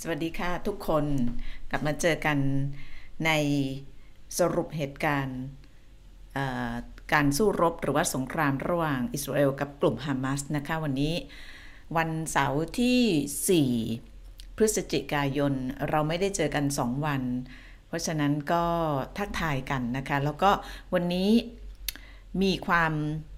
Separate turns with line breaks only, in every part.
สวัสดีค่ะทุกคนกลับมาเจอกันในสรุปเหตุการณ์การสู้รบหรือว่าสงครามระหว่างอิสราเอลกับกลุ่มฮามาสนะคะวันนี้วันเสาร์ที่4พฤศจิกายนเราไม่ได้เจอกัน2วันเพราะฉะนั้นก็ทักทายกันนะคะแล้วก็วันนี้มีความ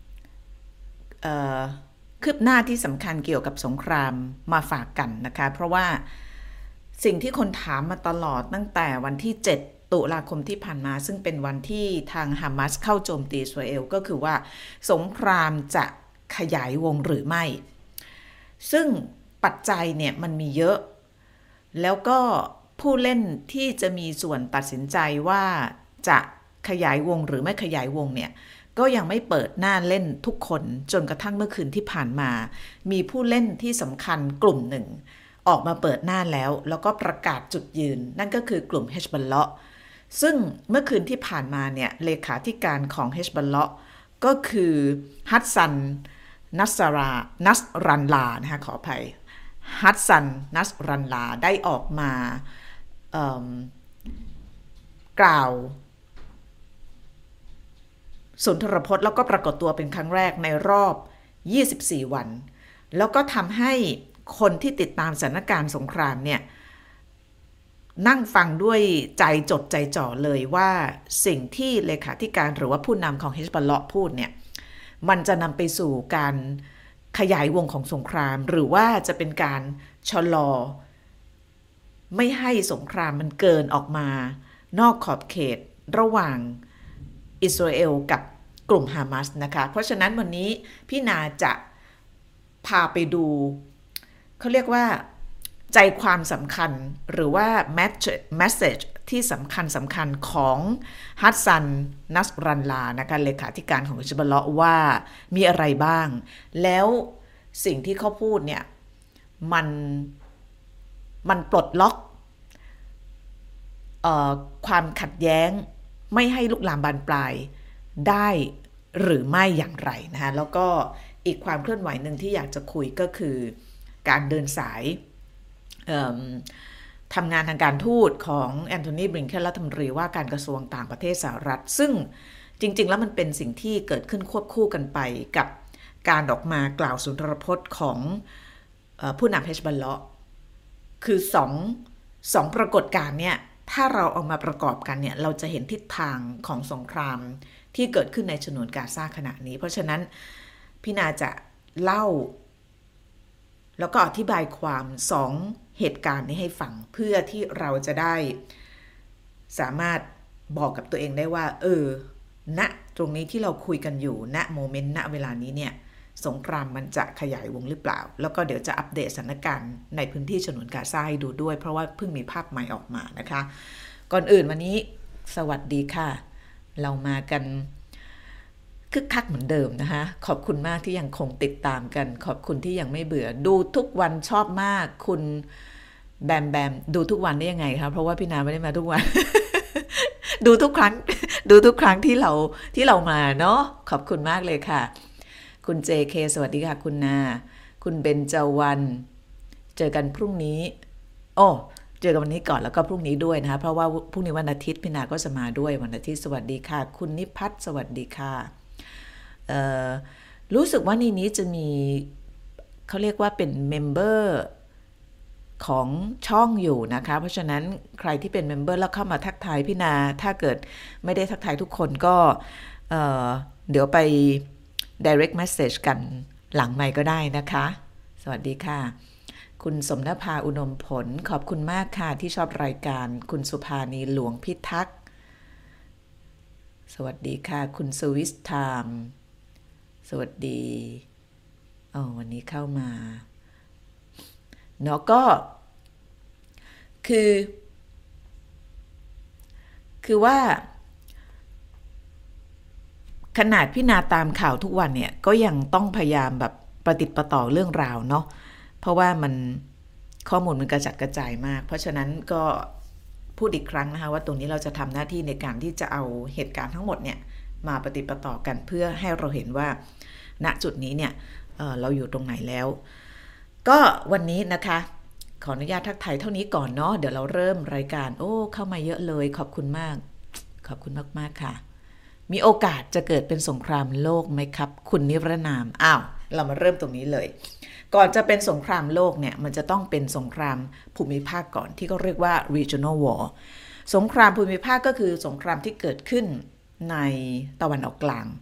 คืบหน้าที่สำคัญเกี่ยวกับสงครามมาฝากกันนะคะเพราะว่าสิ่งที่คนถามมาตลอดตั้งแต่วันที่7ตุลาคมที่ผ่านมาซึ่งเป็นวันที่ทางฮามาสเข้าโจมตีอิสราเอลก็คือว่าสงครามจะขยายวงหรือไม่ซึ่งปัจจัยเนี่ยมันมีเยอะแล้วก็ผู้เล่นที่จะมีส่วนตัดสินใจว่าจะขยายวงหรือไม่ขยายวงเนี่ยก็ยังไม่เปิดหน้าเล่นทุกคนจนกระทั่งเมื่อคืนที่ผ่านมามีผู้เล่นที่สำคัญกลุ่มหนึ่งออกมาเปิดหน้าแล้วก็ประกาศจุดยืนนั่นก็คือกลุ่มเฮชบอลเลาะห์ซึ่งเมื่อคืนที่ผ่านมาเนี่ยเลขาธิการของเฮชบอลเลาะห์ก็คือฮัสซันนัสรันลานะคะขออภัยฮัสซันนัสรันลาได้ออกมากล่าวสุนทรพจน์แล้วก็ปรากฏตัวเป็นครั้งแรกในรอบ24วันแล้วก็ทำให้คนที่ติดตามสถานการณ์สงครามเนี่ยนั่งฟังด้วยใจจดใจจ่อเลยว่าสิ่งที่เลขาธิการหรือว่าผู้นำของเฮชบอลเลาะห์พูดเนี่ยมันจะนำไปสู่การขยายวงของสงครามหรือว่าจะเป็นการชะลอไม่ให้สงครามมันเกินออกมานอกขอบเขตระหว่างอิสราเอลกับกลุ่มฮามาสนะคะเพราะฉะนั้นวันนี้พี่นาจะพาไปดูเขาเรียกว่าใจความสำคัญหรือว่า message ที่สำคัญของฮัสซันนัสรันลานะคะเลขาธิการของฮิซบุลลอฮ์ว่ามีอะไรบ้างแล้วสิ่งที่เขาพูดเนี่ยมันปลดล็อกความขัดแย้งไม่ให้ลุกลามบานปลายได้หรือไม่อย่างไรนะคะแล้วก็อีกความเคลื่อนไหวหนึ่งที่อยากจะคุยก็คือการเดินสายทำงานทางการทูตของแอนโทนี บลิงเคนรัฐมนตรีว่าการกระทรวงต่างประเทศสหรัฐซึ่งจริงๆแล้วมันเป็นสิ่งที่เกิดขึ้นควบคู่กันไปกับการออกมากล่าวสุนทรพจน์ของผู้นำเฮชบอลเลาะห์คือสองปรากฏการณ์เนี่ยถ้าเราเอามาประกอบกันเนี่ยเราจะเห็นทิศทางของสงครามที่เกิดขึ้นในฉนวนกาซาขณะนี้เพราะฉะนั้นพี่นาจะเล่าแล้วก็อธิบายความ2เหตุการณ์นี้ให้ฟังเพื่อที่เราจะได้สามารถบอกกับตัวเองได้ว่าณตรงนี้ที่เราคุยกันอยู่ณโมเมนต์ณเวลานี้เนี่ยสงครามมันจะขยายวงหรือเปล่าแล้วก็เดี๋ยวจะอัปเดตสถานการณ์ในพื้นที่ฉนวนกาซาให้ดูด้วยเพราะว่าเพิ่งมีภาพใหม่ออกมานะคะก่อนอื่นวันนี้สวัสดีค่ะเรามากันคึกคักเหมือนเดิมนะคะขอบคุณมากที่ยังคงติดตามกันขอบคุณที่ยังไม่เบื่อดูทุกวันชอบมากคุณแบมดูทุกวันได้ยังไงคะเพราะว่าพี่นาไม่ได้มาทุกวัน ดูทุกครั้งที่เรามาเนาะขอบคุณมากเลยค่ะคุณ JK สวัสดีค่ะคุณนาคุณเบญจวรรณเจอกันพรุ่งนี้เจอกันวันนี้ก่อนแล้วก็พรุ่งนี้ด้วยนะคะเพราะว่าพรุ่งนี้วันอาทิตย์พี่นาก็จะมาด้วยวันอาทิตย์สวัสดีค่ะคุณนิพัฒน์สวัสดีค่ะรู้สึกว่าในนี้จะมีเขาเรียกว่าเป็นเมมเบอร์ของช่องอยู่นะคะเพราะฉะนั้นใครที่เป็นเมมเบอร์แล้วเข้ามาทักทายพี่นาถ้าเกิดไม่ได้ทักทายทุกคนก็เดี๋ยวไป direct message กันหลังไมค์ก็ได้นะคะสวัสดีค่ะคุณสมณภาอุณมผลขอบคุณมากค่ะที่ชอบรายการคุณสุภานีหลวงพิทักษ์สวัสดีค่ะคุณสวิสไทม์สวัสดีวันนี้เข้ามาเนาะก็คือว่าขนาดพี่นาตามข่าวทุกวันเนี่ยก็ยังต้องพยายามแบบประติดประต่อเรื่องราวเนาะเพราะว่ามันข้อมูลมันกระจัดกระจายมากเพราะฉะนั้นก็พูดอีกครั้งนะคะว่าตรงนี้เราจะทำหน้าที่ในการที่จะเอาเหตุการณ์ทั้งหมดเนี่ยมาประติดประต่อกันเพื่อให้เราเห็นว่าณจุดนี้เนี่ยเราอยู่ตรงไหนแล้วก็วันนี้นะคะขออนุญาตทักทายเท่านี้ก่อนเนาะเดี๋ยวเราเริ่มรายการเข้ามาเยอะเลยขอบคุณมากขอบคุณมากๆค่ะมีโอกาสจะเกิดเป็นสงครามโลกไหมครับคุณนิรนามเรามาเริ่มตรงนี้เลยก่อนจะเป็นสงครามโลกเนี่ยมันจะต้องเป็นสงครามภูมิภาคก่อนที่เขาเรียกว่า regional war สงครามภูมิภาคก็คือสงครามที่เกิดขึ้นในตะวันออกกลาง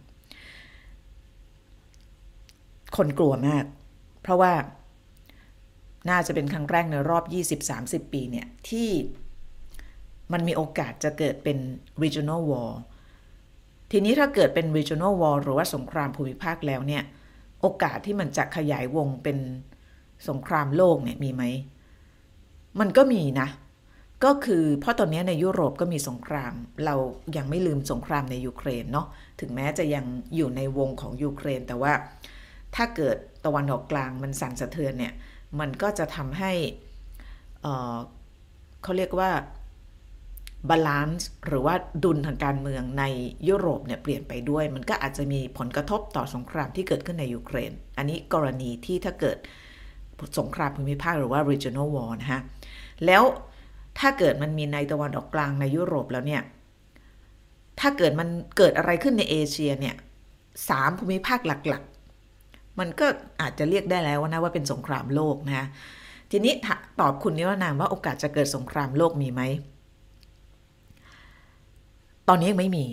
คนกลัวมากเพราะว่าน่าจะเป็นครั้งแรกในรอบ 20-30 ปีเนี่ยที่มันมีโอกาสจะเกิดเป็น regional war ทีนี้ถ้าเกิดเป็น regional war หรือว่าสงครามภูมิภาคแล้วเนี่ยโอกาสที่มันจะขยายวงเป็นสงครามโลกเนี่ยมีไหมมันก็มีนะก็คือเพราะตอนนี้ในยุโรปก็มีสงครามเรายังไม่ลืมสงครามในยูเครนเนาะถึงแม้จะยังอยู่ในวงของยูเครนแต่ว่าถ้าเกิดตะวันออกกลางมันสั่นสะเทือนเนี่ยมันก็จะทำให้เขาเรียกว่าบาลานซ์หรือว่าดุลทางการเมืองในยุโรปเนี่ยเปลี่ยนไปด้วยมันก็อาจจะมีผลกระทบต่อสงครามที่เกิดขึ้นในยูเครนอันนี้กรณีที่ถ้าเกิดสงครามภูมิภาคหรือว่า regional war นะฮะแล้วถ้าเกิดมันมีในตะวันออกกลางในยุโรปแล้วเนี่ยถ้าเกิดมันเกิดอะไรขึ้นในเอเชียเนี่ย3ภูมิภาคหลักๆมันก็อาจจะเรียกได้แล้วนะว่าเป็นสงครามโลกนะทีนี้ตอบคุณนิรนามว่าโอกาสจะเกิดสงครามโลกมีไหมตอนนี้ยังไม่มี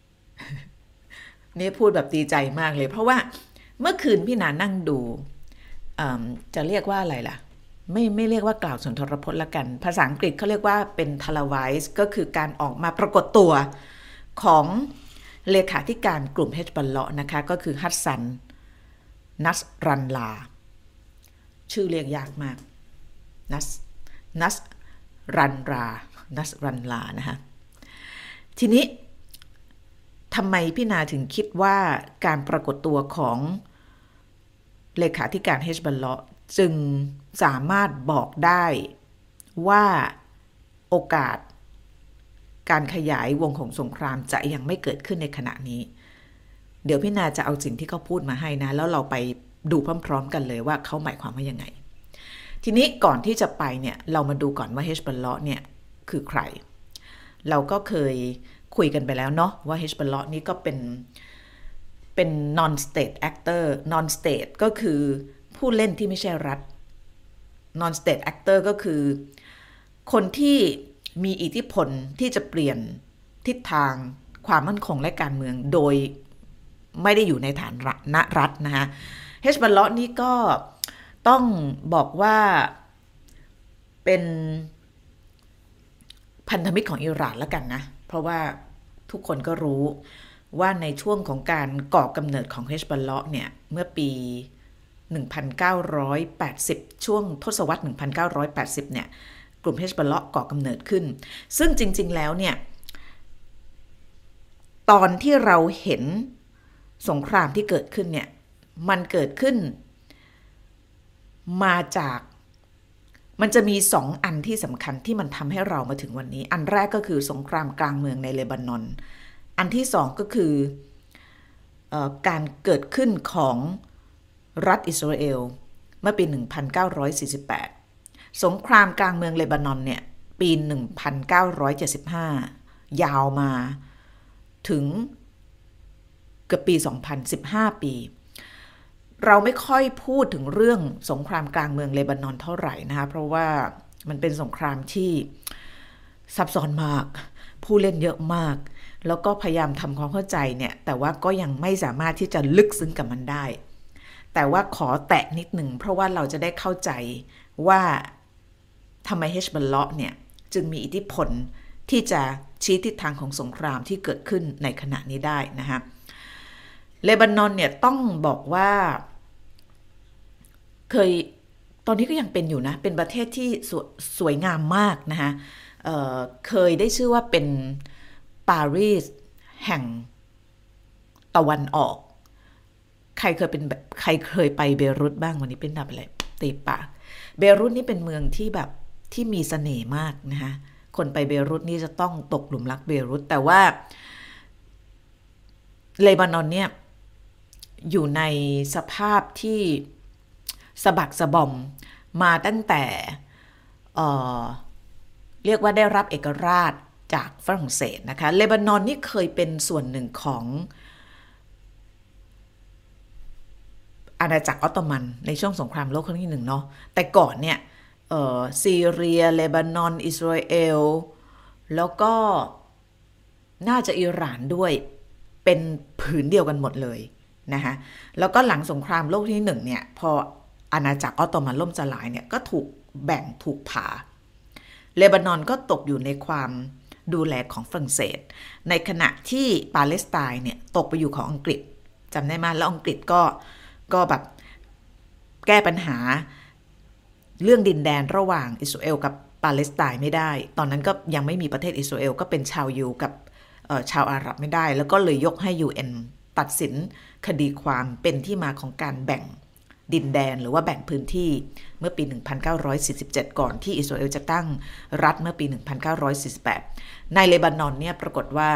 นี่พูดแบบดีใจมากเลยเพราะว่าเมื่อคืนพี่นานั่งดูจะเรียกว่าอะไรล่ะไม่เรียกว่ากล่าวสุนทรพจน์ละกันภาษาอังกฤษเขาเรียกว่าเป็น televised ก็คือการออกมาปรากฏตัวของเลขาธิการกลุ่มเฮชบัลเลาะห์นะคะก็คือฮัสซันนัสรันลาชื่อเรียกยากมากนัสรันลานะคะทีนี้ทำไมพี่นาถึงคิดว่าการปรากฏตัวของเลขาธิการเฮชบัลเลาะห์จึงสามารถบอกได้ว่าโอกาสการขยายวงของสงครามจะยังไม่เกิดขึ้นในขณะนี้เดี๋ยวพี่นาจะเอาสิ่งที่เขาพูดมาให้นะแล้วเราไปดูพร้อมๆกันเลยว่าเขาหมายความว่ายังไงทีนี้ก่อนที่จะไปเนี่ยเรามาดูก่อนว่าเฮชบัลเลาะห์เนี่ยคือใครเราก็เคยคุยกันไปแล้วเนาะว่าเฮชบัลเลาะห์นี่ก็เป็น non state actor non state ก็คือผู้เล่นที่ไม่ใช่รัฐ non state actor ก็คือคนที่มีอิทธิพลที่จะเปลี่ยนทิศทางความมั่นคงและการเมืองโดยไม่ได้อยู่ในฐานะรัฐนะคะเฮชบัลเลาะห์นี่ก็ต้องบอกว่าเป็นพันธมิตรของอิหร่านแล้วกันนะเพราะว่าทุกคนก็รู้ว่าในช่วงของการก่อกำเนิดของเฮชบัลเลาะห์เนี่ยเมื่อปี 1980 ช่วงทศวรรษ 1980 เนี่ยกลุ่มเฮชบัลเลาะห์ก่อกำเนิดขึ้นซึ่งจริงๆแล้วเนี่ยตอนที่เราเห็นสงครามที่เกิดขึ้นเนี่ยมันเกิดขึ้นมาจากมันจะมี2 อันที่สำคัญที่มันทำให้เรามาถึงวันนี้อันแรกก็คือสงครามกลางเมืองในเลบานอนอันที่2ก็คือการเกิดขึ้นของรัฐอิสราเอลเมื่อปี 1948 สงครามกลางเมืองเลบานอนเนี่ยปี 1975 ยาวมาถึงเกือบปี 2015 ปีเราไม่ค่อยพูดถึงเรื่องสงครามกลางเมืองเลบานอนเท่าไหร่นะคะเพราะว่ามันเป็นสงครามที่ซับซ้อนมากผู้เล่นเยอะมากแล้วก็พยายามทำความเข้าใจเนี่ยแต่ว่าก็ยังไม่สามารถที่จะลึกซึ้งกับมันได้แต่ว่าขอแตะนิดหนึ่งเพราะว่าเราจะได้เข้าใจว่าทำไมเฮชบัลเลาะห์เนี่ยจึงมีอิทธิพลที่จะชี้ทิศทางของสงครามที่เกิดขึ้นในขณะนี้ได้นะคะเลบานอนเนี่ยต้องบอกว่าตอนนี้ก็ยังเป็นอยู่นะเป็นประเทศที่สวยงามมากนะคะเคยได้ชื่อว่าเป็นปารีสแห่งตะวันออกใครเคยไปเบรุตบ้างวันนี้เป็นแบบอะไรตีปากเบรุตนี่เป็นเมืองที่แบบที่มีเสน่ห์มากนะคะคนไปเบรุตนี่จะต้องตกหลุมรักเบรุตแต่ว่าเลบานอนเนี่ยอยู่ในสภาพที่สะบักสะบอมมาตั้งแต่เอ่อเรียกว่าได้รับเอกราชจากฝรั่งเศสนะคะเลบานอนนี่เคยเป็นส่วนหนึ่งของอาณาจักรออตโตมันในช่วงสงครามโลกครั้งที่1เนาะแต่ก่อนเนี่ยซีเรียเลบานอนอิสราเอลแล้วก็น่าจะอิหร่านด้วยเป็นผืนเดียวกันหมดเลยนะคะแล้วก็หลังสงครามโลกที่1เนี่ยพออาณาจักรออตโตมันล่มสลายเนี่ยก็ถูกแบ่งถูกผ่าเลบานอนก็ตกอยู่ในความดูแลของฝรั่งเศสในขณะที่ปาเลสไตน์เนี่ยตกไปอยู่ของอังกฤษจำได้ไหมแล้วอังกฤษก็แบบแก้ปัญหาเรื่องดินแดนระหว่างอิสราเอลกับปาเลสไตน์ไม่ได้ตอนนั้นก็ยังไม่มีประเทศอิสราเอลก็เป็นชาวยิวกับชาวอาหรับไม่ได้แล้วก็เลยยกให้ UN ตัดสินคดีความเป็นที่มาของการแบ่งดินแดนหรือว่าแบ่งพื้นที่เมื่อปี 1947 ก่อนที่อิสราเอลจะตั้งรัฐเมื่อปี 1948 ในเลบานอนเนี่ยปรากฏว่า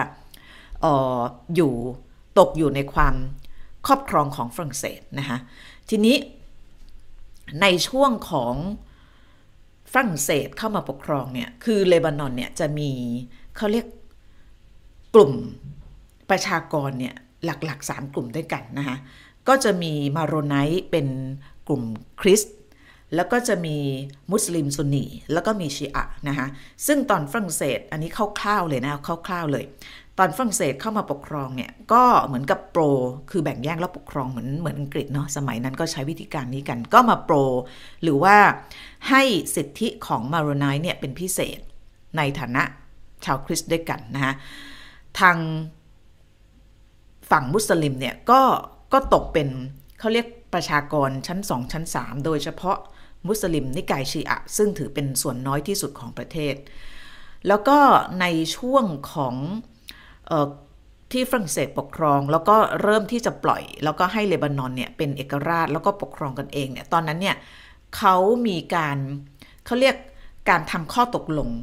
ตกอยู่ในความครอบครองของฝรั่งเศสนะคะทีนี้ในช่วงของฝรั่งเศสเข้ามาปกครองเนี่ยคือเลบานอนเนี่ยจะมีเขาเรียกกลุ่มประชากรเนี่ยหลักๆ3กลุ่มด้วยกันนะคะก็จะมีมาโรไนต์เป็นกลุ่มคริสต์แล้วก็จะมีมุสลิมซุนนีแล้วก็มีชีอะห์นะคะซึ่งตอนฝรั่งเศสอันนี้คร่าวๆเลยนะคร่าวๆเลยตอนฝรั่งเศสเข้ามาปกครองเนี่ยก็เหมือนกับโปรคือแบ่งแยกแล้วปกครองเหมือนอังกฤษเนาะสมัยนั้นก็ใช้วิธีการนี้กันก็มาโปรหรือว่าให้สิทธิของมาโรไนต์เนี่ยเป็นพิเศษในฐานะชาวคริสต์ด้วยกันนะคะทางฝั่งมุสลิมเนี่ยก็ตกเป็นเขาเรียกประชากรชั้น2ชั้น3โดยเฉพาะมุสลิมนิกายชีอะห์ซึ่งถือเป็นส่วนน้อยที่สุดของประเทศแล้วก็ในช่วงของที่ฝรั่งเศสปกครองแล้วก็เริ่มที่จะปล่อยแล้วก็ให้เลบานอนเนี่ยเป็นเอกราชแล้วก็ปกครองกันเองเนี่ยตอนนั้นเนี่ยเขามีการเขาเรียกการทำข้อตกลง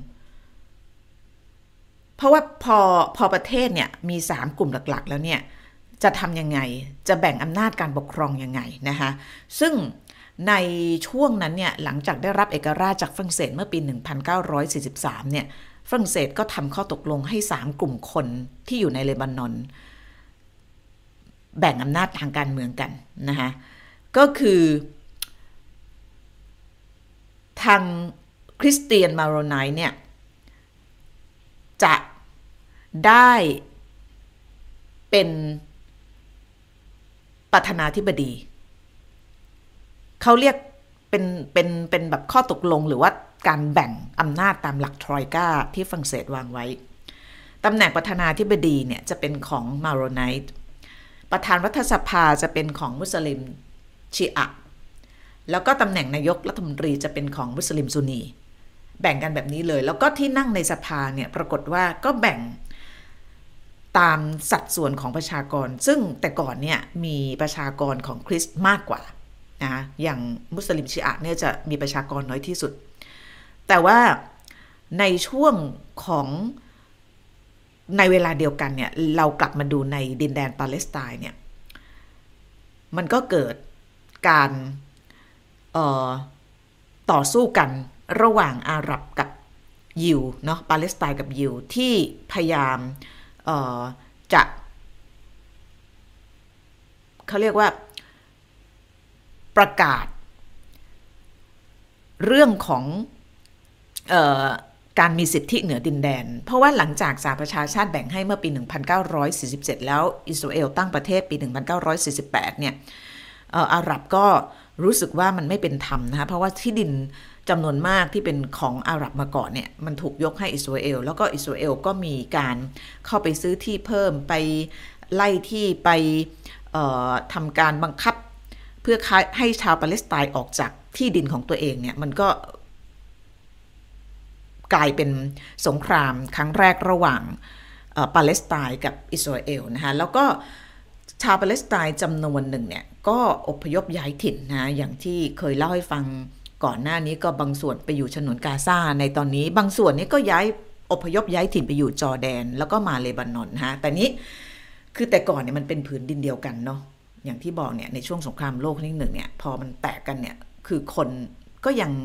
เพราะว่าพอประเทศเนี่ยมี3กลุ่มหลักๆแล้วเนี่ยจะทำยังไงจะแบ่งอำนาจการปกครองยังไงนะคะซึ่งในช่วงนั้นเนี่ยหลังจากได้รับเอกราชจากฝรั่งเศสเมื่อปี 1943 เนี่ยฝรั่งเศสก็ทำข้อตกลงให้3กลุ่มคนที่อยู่ในเลบานอนแบ่งอำนาจทางการเมืองกันนะคะก็คือทางคริสเตียนมาโรไนต์เนี่ยจะได้เป็นประธานาธิบดีเขาเรียกเป็นแบบข้อตกลงหรือว่าการแบ่งอำนาจตามหลักทรอยกาที่ฝรั่งเศสวางไว้ตำแหน่งประธานาธิบดีเนี่ยจะเป็นของมาโรไนต์ประธานรัฐสภาจะเป็นของมุสลิมชีอะห์แล้วก็ตำแหน่งนายกรัฐมนตรีจะเป็นของมุสลิมซุนนีแบ่งกันแบบนี้เลยแล้วก็ที่นั่งในสภาเนี่ยปรากฏว่าก็แบ่งตามสัดส่วนของประชากรซึ่งแต่ก่อนเนี่ยมีประชากรของคริสต์มากกว่านะอย่างมุสลิมชีอะห์เนี่ยจะมีประชากรน้อยที่สุดแต่ว่าในช่วงของในเวลาเดียวกันเนี่ยเรากลับมาดูในดินแดนปาเลสไตน์เนี่ยมันก็เกิดการต่อสู้กันระหว่างอาหรับกับยิวเนาะปาเลสไตน์กับยิวที่พยายามจะเขาเรียกว่าประกาศเรื่องของการมีสิทธิเหนือดินแดนเพราะว่าหลังจากสหประชาชาติแบ่งให้เมื่อปี 1947 แล้วอิสราเอลตั้งประเทศปี 1948 เนี่ยอาหรับก็รู้สึกว่ามันไม่เป็นธรรมนะคะเพราะว่าที่ดินจำนวนมากที่เป็นของอาหรับมาก่อนเนี่ยมันถูกยกให้อิสราเอลแล้วก็อิสราเอลก็มีการเข้าไปซื้อที่เพิ่มไปไล่ที่ไปทำการบังคับเพื่อให้ชาวปาเลสไตน์ออกจากที่ดินของตัวเองเนี่ยมันก็กลายเป็นสงครามครั้งแรกระหว่างปาเลสไตน์กับอิสราเอลนะคะแล้วก็ชาวปาเลสไตน์จำนวนหนึ่งเนี่ยก็อพยพย้ายถิ่นนะอย่างที่เคยเล่าให้ฟังก่อนหน้านี้ก็บางส่วนไปอยู่ฉนวนกาซาในตอนนี้บางส่วนนี้ก็อพยพย้ายถิ่นไปอยู่จอร์แดนแล้วก็มาเลบานอนนะแต่นี้คือแต่ก่อนเนี่ยมันเป็นผืนดินเดียวกันเนาะอย่างที่บอกเนี่ยในช่วงสงครามโลกครั้งที่1เนี่ยพอมันแตกกันเนี่ยคือคนก็ยัง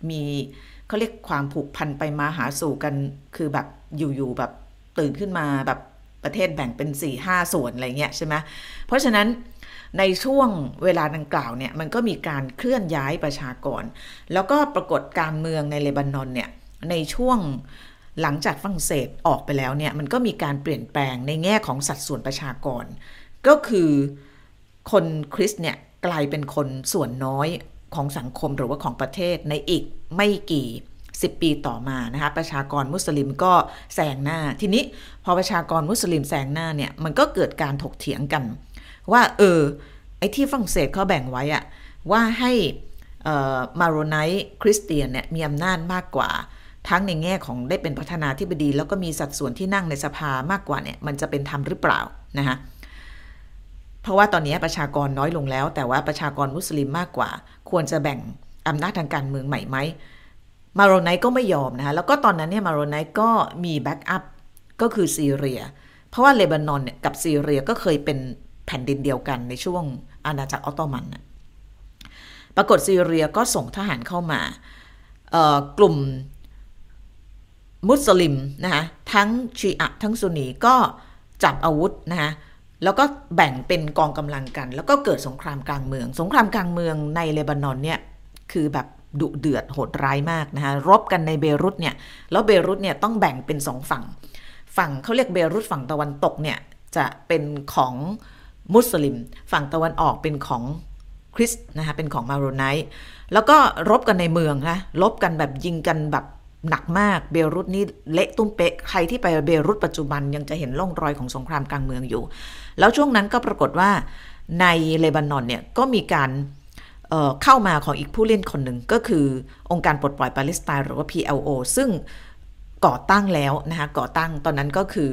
มีเขาเรียกความผูกพันไปมาหาสู่กันคือแบบอยู่ๆแบบตื่นขึ้นมาแบบประเทศแบ่งเป็น 4-5 ส่วนอะไรเงี้ยใช่ไหมเพราะฉะนั้นในช่วงเวลาดังกล่าวเนี่ยมันก็มีการเคลื่อนย้ายประชากรแล้วก็ปรากฏการเมืองในเลบานอนเนี่ยในช่วงหลังจากฝรั่งเศสออกไปแล้วเนี่ยมันก็มีการเปลี่ยนแปลงในแง่ของสัดส่วนประชากรก็คือคนคริสต์เนี่ยกลายเป็นคนส่วนน้อยของสังคมหรือว่าของประเทศในอีกไม่กี่10 ปีต่อมานะคะประชากรมุสลิมก็แซงหน้าทีนี้พอประชากรมุสลิมแซงหน้าเนี่ยมันก็เกิดการถกเถียงกันว่าไอ้ที่ฝรั่งเศสเขาแบ่งไว้อะว่าให้มาโรไนต์คริสเตียนเนี่ยมีอำนาจมากกว่าทั้งในแง่ของได้เป็นประธานาธิบดีแล้วก็มีสัดส่วนที่นั่งในสภามากกว่าเนี่ยมันจะเป็นธรรมหรือเปล่านะคะเพราะว่าตอนนี้ประชากรน้อยลงแล้วแต่ว่าประชากรมุสลิมมากกว่าควรจะแบ่งอำนาจทางการเมืองใหม่ไหมมาโรไนต์ก็ไม่ยอมนะคะแล้วก็ตอนนั้นเนี่ยมาโรไนต์ก็มีแบ็กอัพก็คือซีเรียเพราะว่าเลบานอนเนี่ยกับซีเรียก็เคยเป็นแผ่นดินเดียวกันในช่วงอาณาจักรออตโตมันนะปรากฏซีเรียก็ส่งทหารเข้ามากลุ่มมุสลิมนะคะทั้งชีอะทั้งซุนนีก็จับอาวุธนะคะแล้วก็แบ่งเป็นกองกำลังกันแล้วก็เกิดสงครามกลางเมืองสงครามกลางเมืองในเลบานอนเนี่ยคือแบบดุเดือดโหดร้ายมากนะคะรบกันในเบรุตเนี่ยแล้วเบรุตเนี่ยต้องแบ่งเป็น2ฝั่งเขาเรียกเบรุตฝั่งตะวันตกเนี่ยจะเป็นของมุสลิมฝั่งตะวันออกเป็นของคริสต์นะคะเป็นของมาโรไนต์แล้วก็รบกันในเมืองนะรบกันแบบยิงกันแบบหนักมากเบรุตนี่เละตุ้มเป๊ะใครที่ไปเบรุตปัจจุบันยังจะเห็นร่องรอยของสงครามกลางเมืองอยู่แล้วช่วงนั้นก็ปรากฏว่าในเลบานอนเนี่ยก็มีการเข้ามาของอีกผู้เล่นคนหนึ่งก็คือองค์การปลดปล่อยปาเลสไตน์หรือว่า PLO ซึ่งก่อตั้งแล้วนะคะก่อตั้งตอนนั้นก็คือ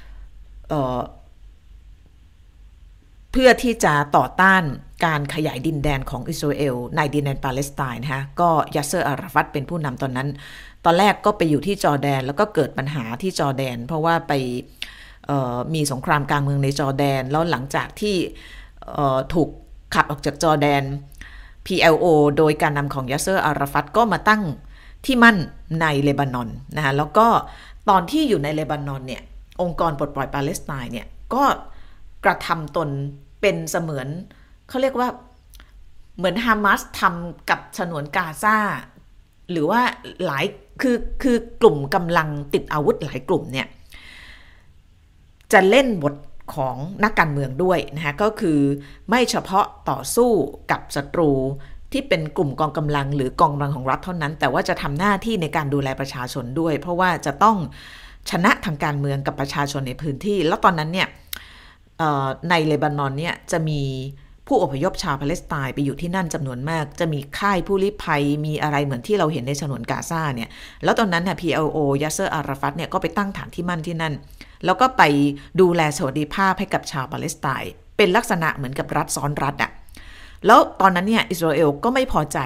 เพื่อที่จะต่อต้านการขยายดินแดนของอิสราเอลในดินแดนปาเลสไตน์นะคะก็ยาเซอร์อาราฟัตเป็นผู้นำตอนนั้นตอนแรกก็ไปอยู่ที่จอร์แดนแล้วก็เกิดปัญหาที่จอร์แดนเพราะว่าไปมีสงครามกลางเมืองในจอร์แดนแล้วหลังจากที่ถูกขับออกจากจอร์แดน PLO โดยการนำของยาเซอร์อาราฟัตก็มาตั้งที่มั่นในเลบานอนนะคะแล้วก็ตอนที่อยู่ในเลบานอนเนี่ยองค์กรปลดปล่อยปาเลสไตน์เนี่ยก็กระทำตนเป็นเสมือนเขาเรียกว่าเหมือนฮามาสทำกับฉนวนกาซาหรือว่าหลายคือกลุ่มกำลังติดอาวุธหลายกลุ่มเนี่ยจะเล่นบทของนักการเมืองด้วยนะคะก็คือไม่เฉพาะต่อสู้กับศัตรูที่เป็นกลุ่มกองกำลังหรือกองกำลังของรัฐเท่านั้นแต่ว่าจะทำหน้าที่ในการดูแลประชาชนด้วยเพราะว่าจะต้องชนะทางการเมืองกับประชาชนในพื้นที่แล้วตอนนั้นเนี่ยในเลบานอนเนี่ยจะมีผู้อพยพชาวปาเลสไตน์ไปอยู่ที่นั่นจำนวนมากจะมีค่ายผู้ลี้ภัยมีอะไรเหมือนที่เราเห็นในฉนวนกาซาเนี่ยแล้วตอนนั้นเนี่ย PLO ยาเซอร์อาราฟัตเนี่ยก็ไปตั้งฐานที่มั่นที่นั่นแล้วก็ไปดูแลสวัสดิภาพให้กับชาวปาเลสไตน์เป็นลักษณะเหมือนกับรัฐซ้อนรัฐอะแล้วตอนนั้นเนี่ยอิสราเอลก็ไม่พอใจ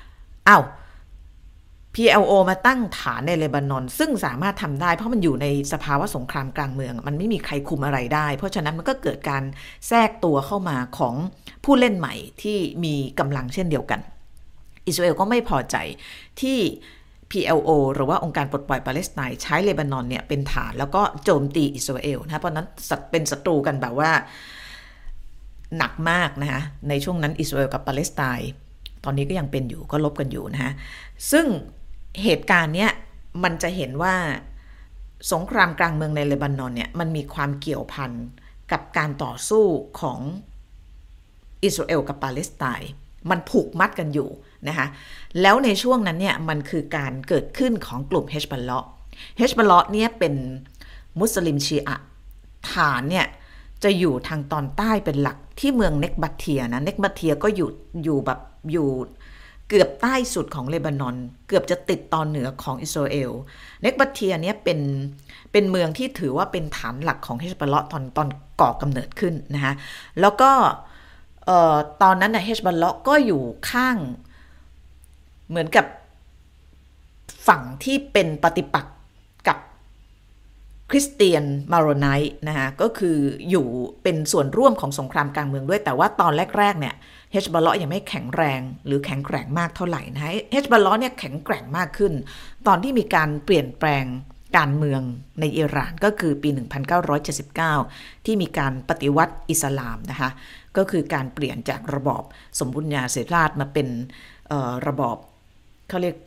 PLO มาตั้งฐานในเลบานอนซึ่งสามารถทำได้เพราะมันอยู่ในสภาวะสงครามกลางเมืองมันไม่มีใครคุมอะไรได้เพราะฉะนั้นมันก็เกิดการแทรกตัวเข้ามาของผู้เล่นใหม่ที่มีกำลังเช่นเดียวกันอิสราเอลก็ไม่พอใจที่ PLO หรือว่าองค์การปลดปล่อยปาเลสไตน์ใช้เลบานอนเนี่ยเป็นฐานแล้วก็โจมตีอิสราเอลนะเพราะนั้นเป็นศัตรูกันแบบว่าหนักมากนะคะในช่วงนั้นอิสราเอลกับปาเลสไตน์ตอนนี้ก็ยังเป็นอยู่ก็ลบกันอยู่นะคะซึ่งเหตุการณ์เนี้ยมันจะเห็นว่าสงครามกลางเมืองในเลบานอนเนี่ยมันมีความเกี่ยวพันกับการต่อสู้ของอิสราเอลกับปาเลสไตน์มันผูกมัดกันอยู่นะคะแล้วในช่วงนั้นเนี่ยมันคือการเกิดขึ้นของกลุ่มเฮชบอลเลาะเนี่ยเป็นมุสลิมชีอะฐานเนี่ยจะอยู่ทางตอนใต้เป็นหลักที่เมืองเนกบัตเทียนะเนกบัตเทียก็อยู่แบบอยู่เกือบใต้สุดของเลบานอนเกือบจะติดตอนเหนือของอิสราเอลเนกบัตเทียเนี่ยเป็นเมืองที่ถือว่าเป็นฐานหลักของเฮชบอลเลาะตอนก่อกำเนิดขึ้นนะคะแล้วก็ตอนนั้นนะเฮชบอลเลาะก็อยู่ข้างเหมือนกับฝั่งที่เป็นปฏิปักษ์กับคริสเตียนมาโรไนต์นะคะก็คืออยู่เป็นส่วนร่วมของสงครามกลางเมืองด้วยแต่ว่าตอนแรกๆเนี่ยเฮชบอลเลาะยังไม่แข็งแรงหรือแข็งแกร่งมากเท่าไหร่นะเฮชบอลเลาะเนี่ยแข็งแกร่งมากขึ้นตอนที่มีการเปลี่ยนแปลงการเมืองในอิหร่านก็คือปี 1979 ที่มีการปฏิวัติอิสลามนะคะก็คือการเปลี่ยนจากระบอบสมบูรณาญาสิทธิราชย์มาเป็นระบอบเขาเรียก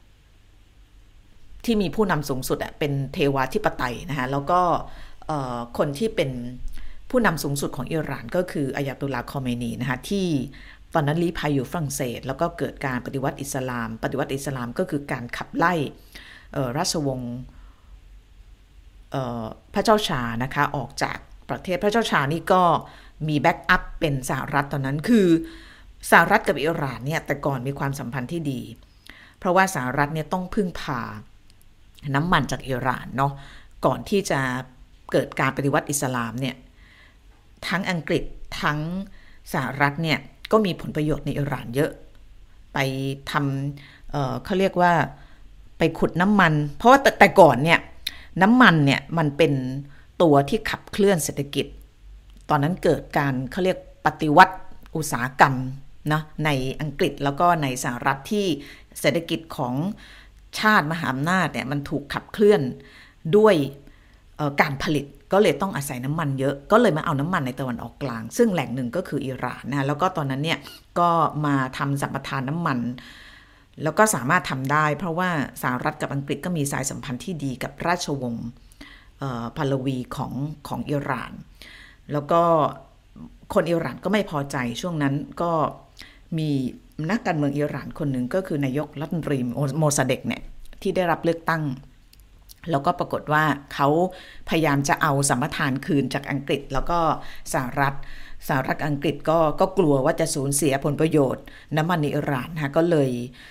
ที่มีผู้นำสูงสุดเป็นเทวาธิปไตยนะคะแล้วก็คนที่เป็นผู้นำสูงสุดของอิหร่านก็คืออายาตุลลาห์คอเมนีนะคะที่ตอนนั้นลี้ภัยอยู่ฝรั่งเศสแล้วก็เกิดการปฏิวัติอิสลามก็คือการขับไล่ราชวงศ์พระเจ้าชานะคะออกจากประเทศพระเจ้าชานี่ก็มีแบ็กอัพเป็นสหรัฐตอนนั้นคือสหรัฐกับอิหร่านเนี่ยแต่ก่อนมีความสัมพันธ์ที่ดีเพราะว่าสหรัฐเนี่ยต้องพึ่งพาน้ำมันจากอิหร่านเนาะก่อนที่จะเกิดการปฏิวัติอิสลามเนี่ยทั้งอังกฤษทั้งสหรัฐเนี่ยก็มีผลประโยชน์ในอิหร่านเยอะไปทำเขาเรียกว่าไปขุดน้ำมันเพราะว่าแต่ก่อนเนี่ยน้ำมันเนี่ยมันเป็นตัวที่ขับเคลื่อนเศรษฐกิจตอนนั้นเกิดการเขาเรียกปฏิวัติอุตสาหกรรมนะในอังกฤษแล้วก็ในสหรัฐที่เศรษฐกิจของชาติมหาอำนาจเนี่ยมันถูกขับเคลื่อนด้วยการผลิตก็เลยต้องอาศัยน้ำมันเยอะก็เลยมาเอาน้ำมันในตะวันออกกลางซึ่งแหล่งหนึ่งก็คืออิหร่านนะแล้วก็ตอนนั้นเนี่ยก็มาทำสัมปทานน้ำมันแล้วก็สามารถทำได้เพราะว่าสหรัฐกับอังกฤษก็มีสายสัมพันธ์ที่ดีกับราชวงศ์พาลวีของอิหร่านแล้วก็คนอิหร่านก็ไม่พอใจช่วงนั้นก็มีนักการเมืองอิหร่านคนหนึ่งก็คือนายกรัฐมนตรีโมซาเดกเนี่ยที่ได้รับเลือกตั้งแล้วก็ปรากฏว่าเขาพยายามจะเอาสัมปทานคืนจากอังกฤษแล้วก็สหรัฐอังกฤษก็กลัวว่าจะสูญเสียผลประโยชน์น้ำมันในอิหร่านนะก็เลย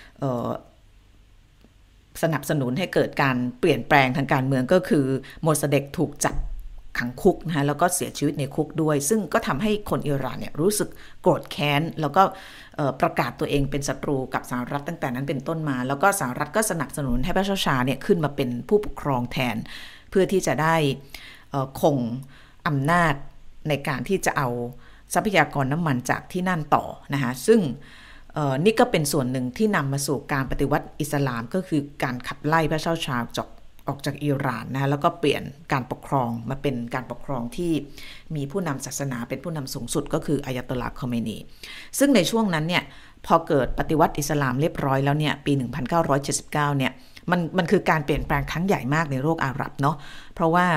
สนับสนุนให้เกิดการเปลี่ยนแปลงทางการเมืองก็คือโมซาเดกถูกจับขังคุกนะแล้วก็เสียชีวิตในคุกด้วยซึ่งก็ทำให้คนอิหร่านเนี่ยรู้สึกโกรธแค้นแล้วก็ประกาศตัวเองเป็นศัตรูกับสหรัฐตั้งแต่นั้นเป็นต้นมาแล้วก็สหรัฐก็สนับสนุนให้พระเจ้าชาเนี่ยขึ้นมาเป็นผู้ปกครองแทนเพื่อที่จะได้คงอำนาจในการที่จะเอาทรัพยากรน้ำมันจากที่นั่นต่อนะคะซึ่งนี่ก็เป็นส่วนหนึ่งที่นำมาสู่การปฏิวัติอิสลามก็คือการขับไล่พระเจ้าชาออกจากอิหร่านนะแล้วก็เปลี่ยนการปกครองมาเป็นการปกครองที่มีผู้นำศาสนาเป็นผู้นำสูงสุดก็คืออายาตุลลาห์คอเมนีซึ่งในช่วงนั้นเนี่ยพอเกิดปฏิวัติอิสลามเรียบร้อยแล้วเนี่ยปี 1979 เนี่ยมันคือการเปลี่ยนแปลงครั้งใหญ่มากในโลกอาหรับเนาะเพราะว่า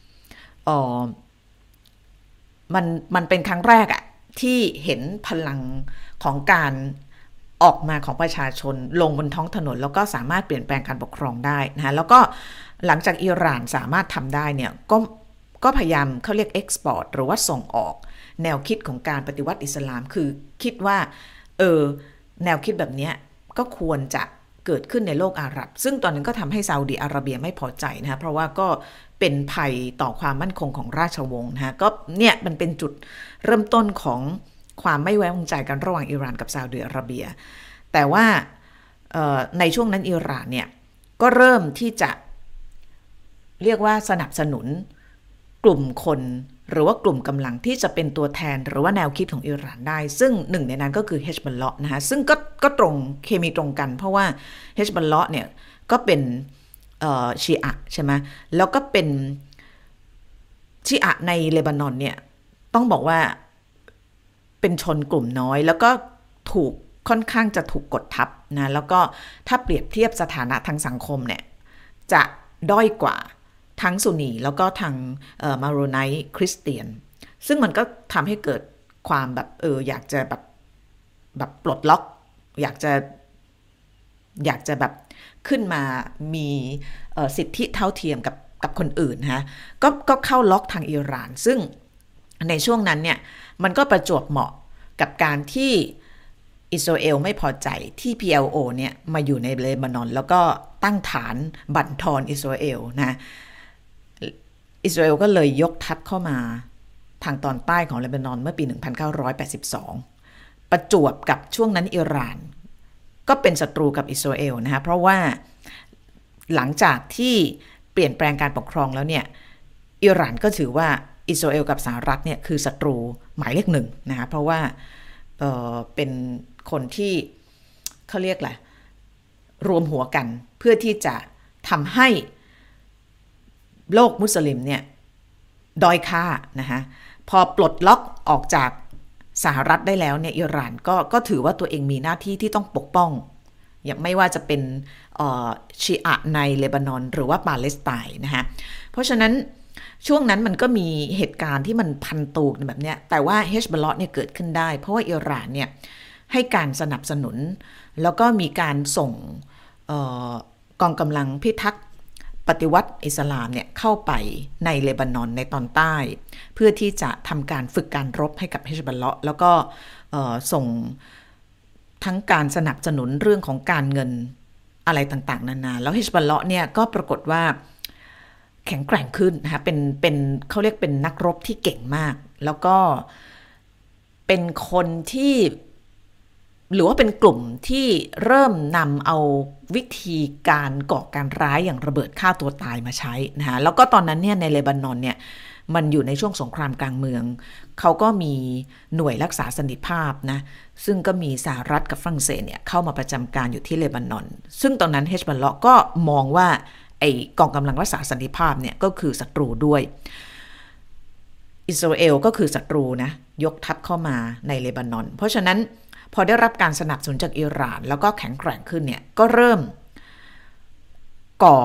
มันเป็นครั้งแรกอะที่เห็นพลังของการออกมาของประชาชนลงบนท้องถนนแล้วก็สามารถเปลี่ยนแปลงการปกครองได้นะแล้วก็หลังจากอิหร่านสามารถทำได้เนี่ยก็พยายามเขาเรียกเอ็กซ์พอร์ตหรือว่าส่งออกแนวคิดของการปฏิวัติอิสลามคือคิดว่าแนวคิดแบบนี้ก็ควรจะเกิดขึ้นในโลกอาหรับซึ่งตอนนั้นก็ทำให้ซาอุดิอาระเบียไม่พอใจนะเพราะว่าก็เป็นภัยต่อความมั่นคงของราชวงศ์นะก็เนี่ยมันเป็นจุดเริ่มต้นของความไม่ไว้วางใจกันระหว่างอิหร่านกับซาอุดิอาระเบียแต่ว่าในช่วงนั้นอิหร่านเนี่ยก็เริ่มที่จะเรียกว่าสนับสนุนกลุ่มคนหรือว่ากลุ่มกำลังที่จะเป็นตัวแทนหรือว่าแนวคิดของอิหร่านได้ซึ่งหนึ่งในนั้นก็คือเฮชบอลเลาะห์นะคะซึ่งก็ตรงเคมีตรงกันเพราะว่าเฮชบอลเลาะห์เนี่ยก็เป็นชีอะห์ใช่ไหมแล้วก็เป็นชีอะห์ในเลบานอนเนี่ยต้องบอกว่าเป็นชนกลุ่มน้อยแล้วก็ถูกค่อนข้างจะถูกกดทับนะแล้วก็ถ้าเปรียบเทียบสถานะทางสังคมเนี่ยจะด้อยกว่าทั้งซุนนีแล้วก็ทางมาโรไนต์คริสเตียนซึ่งมันก็ทำให้เกิดความแบบอยากจะแบบปลดล็อกอยากจะแบบขึ้นมามีสิทธิเท่าเทียมกับคนอื่นฮะก็เข้าล็อกทางอิหร่านซึ่งในช่วงนั้นเนี่ยมันก็ประจวบเหมาะกับการที่อิสราเอลไม่พอใจที่ PLO เนี่ยมาอยู่ในเลบานอนแล้วก็ตั้งฐานบั่นทอนอิสราเอลนะอิสราเอลก็เลยยกทัพเข้ามาทางตอนใต้ของเลบานอนเมื่อปี 1982 ประจวบกับช่วงนั้นอิหร่านก็เป็นศัตรูกับอิสราเอลนะคะเพราะว่าหลังจากที่เปลี่ยนแปลงการปกครองแล้วเนี่ยอิหร่านก็ถือว่าอิสราเอลกับสหรัฐเนี่ยคือศัตรูหมายเลขหนึ่งนะคะเพราะว่าเป็นคนที่เขาเรียกแหละรวมหัวกันเพื่อที่จะทำให้โลกมุสลิมเนี่ยด้อยค่านะคะพอปลดล็อกออกจากสหรัฐได้แล้วเนี่ยอิหร่านก็ถือว่าตัวเองมีหน้าที่ที่ต้องปกป้องอย่างไม่ว่าจะเป็นชีอะในเลบานอนหรือว่าปาเลสไตน์นะคะเพราะฉะนั้นช่วงนั้นมันก็มีเหตุการณ์ที่มันพันตูกแบบเนี้ยแต่ว่าเฮชบอลเนี่ยเกิดขึ้นได้เพราะว่าอิหร่านเนี่ยให้การสนับสนุนแล้วก็มีการส่งกองกำลังพิทักษ์ปฏิวัติอิสลามเนี่ยเข้าไปในเลบานอนในตอนใต้เพื่อที่จะทำการฝึกการรบให้กับเฮชบอลแล้วก็ส่งทั้งการสนับสนุนเรื่องของการเงินอะไรต่างๆนานาแล้วเฮชบอลเนี่ยก็ปรากฏว่าแข็งแกร่งขึ้นนะคะเป็นเขาเรียกเป็นนักรบที่เก่งมากแล้วก็เป็นคนที่หรือว่าเป็นกลุ่มที่เริ่มนำเอาวิธีการก่อการร้ายอย่างระเบิดฆ่าตัวตายมาใช้นะคะแล้วก็ตอนนั้นเนี่ยในเลบานอนเนี่ยมันอยู่ในช่วงสงครามกลางเมืองเขาก็มีหน่วยรักษาสันติภาพนะซึ่งก็มีสหรัฐกับฝรั่งเศสเนี่ยเข้ามาประจำการอยู่ที่เลบานอนซึ่งตอนนั้นเฮชบอลก็มองว่าไอ้กองกำลังรักษาสันติภาพเนี่ยก็คือศัตรูด้วยอิสราเอลก็คือศัตรูนะยกทัพเข้ามาในเลบานอนเพราะฉะนั้นพอได้รับการสนับสนุนจากอิหร่านแล้วก็แข็งแกร่งขึ้นเนี่ยก็เริ่มก่อ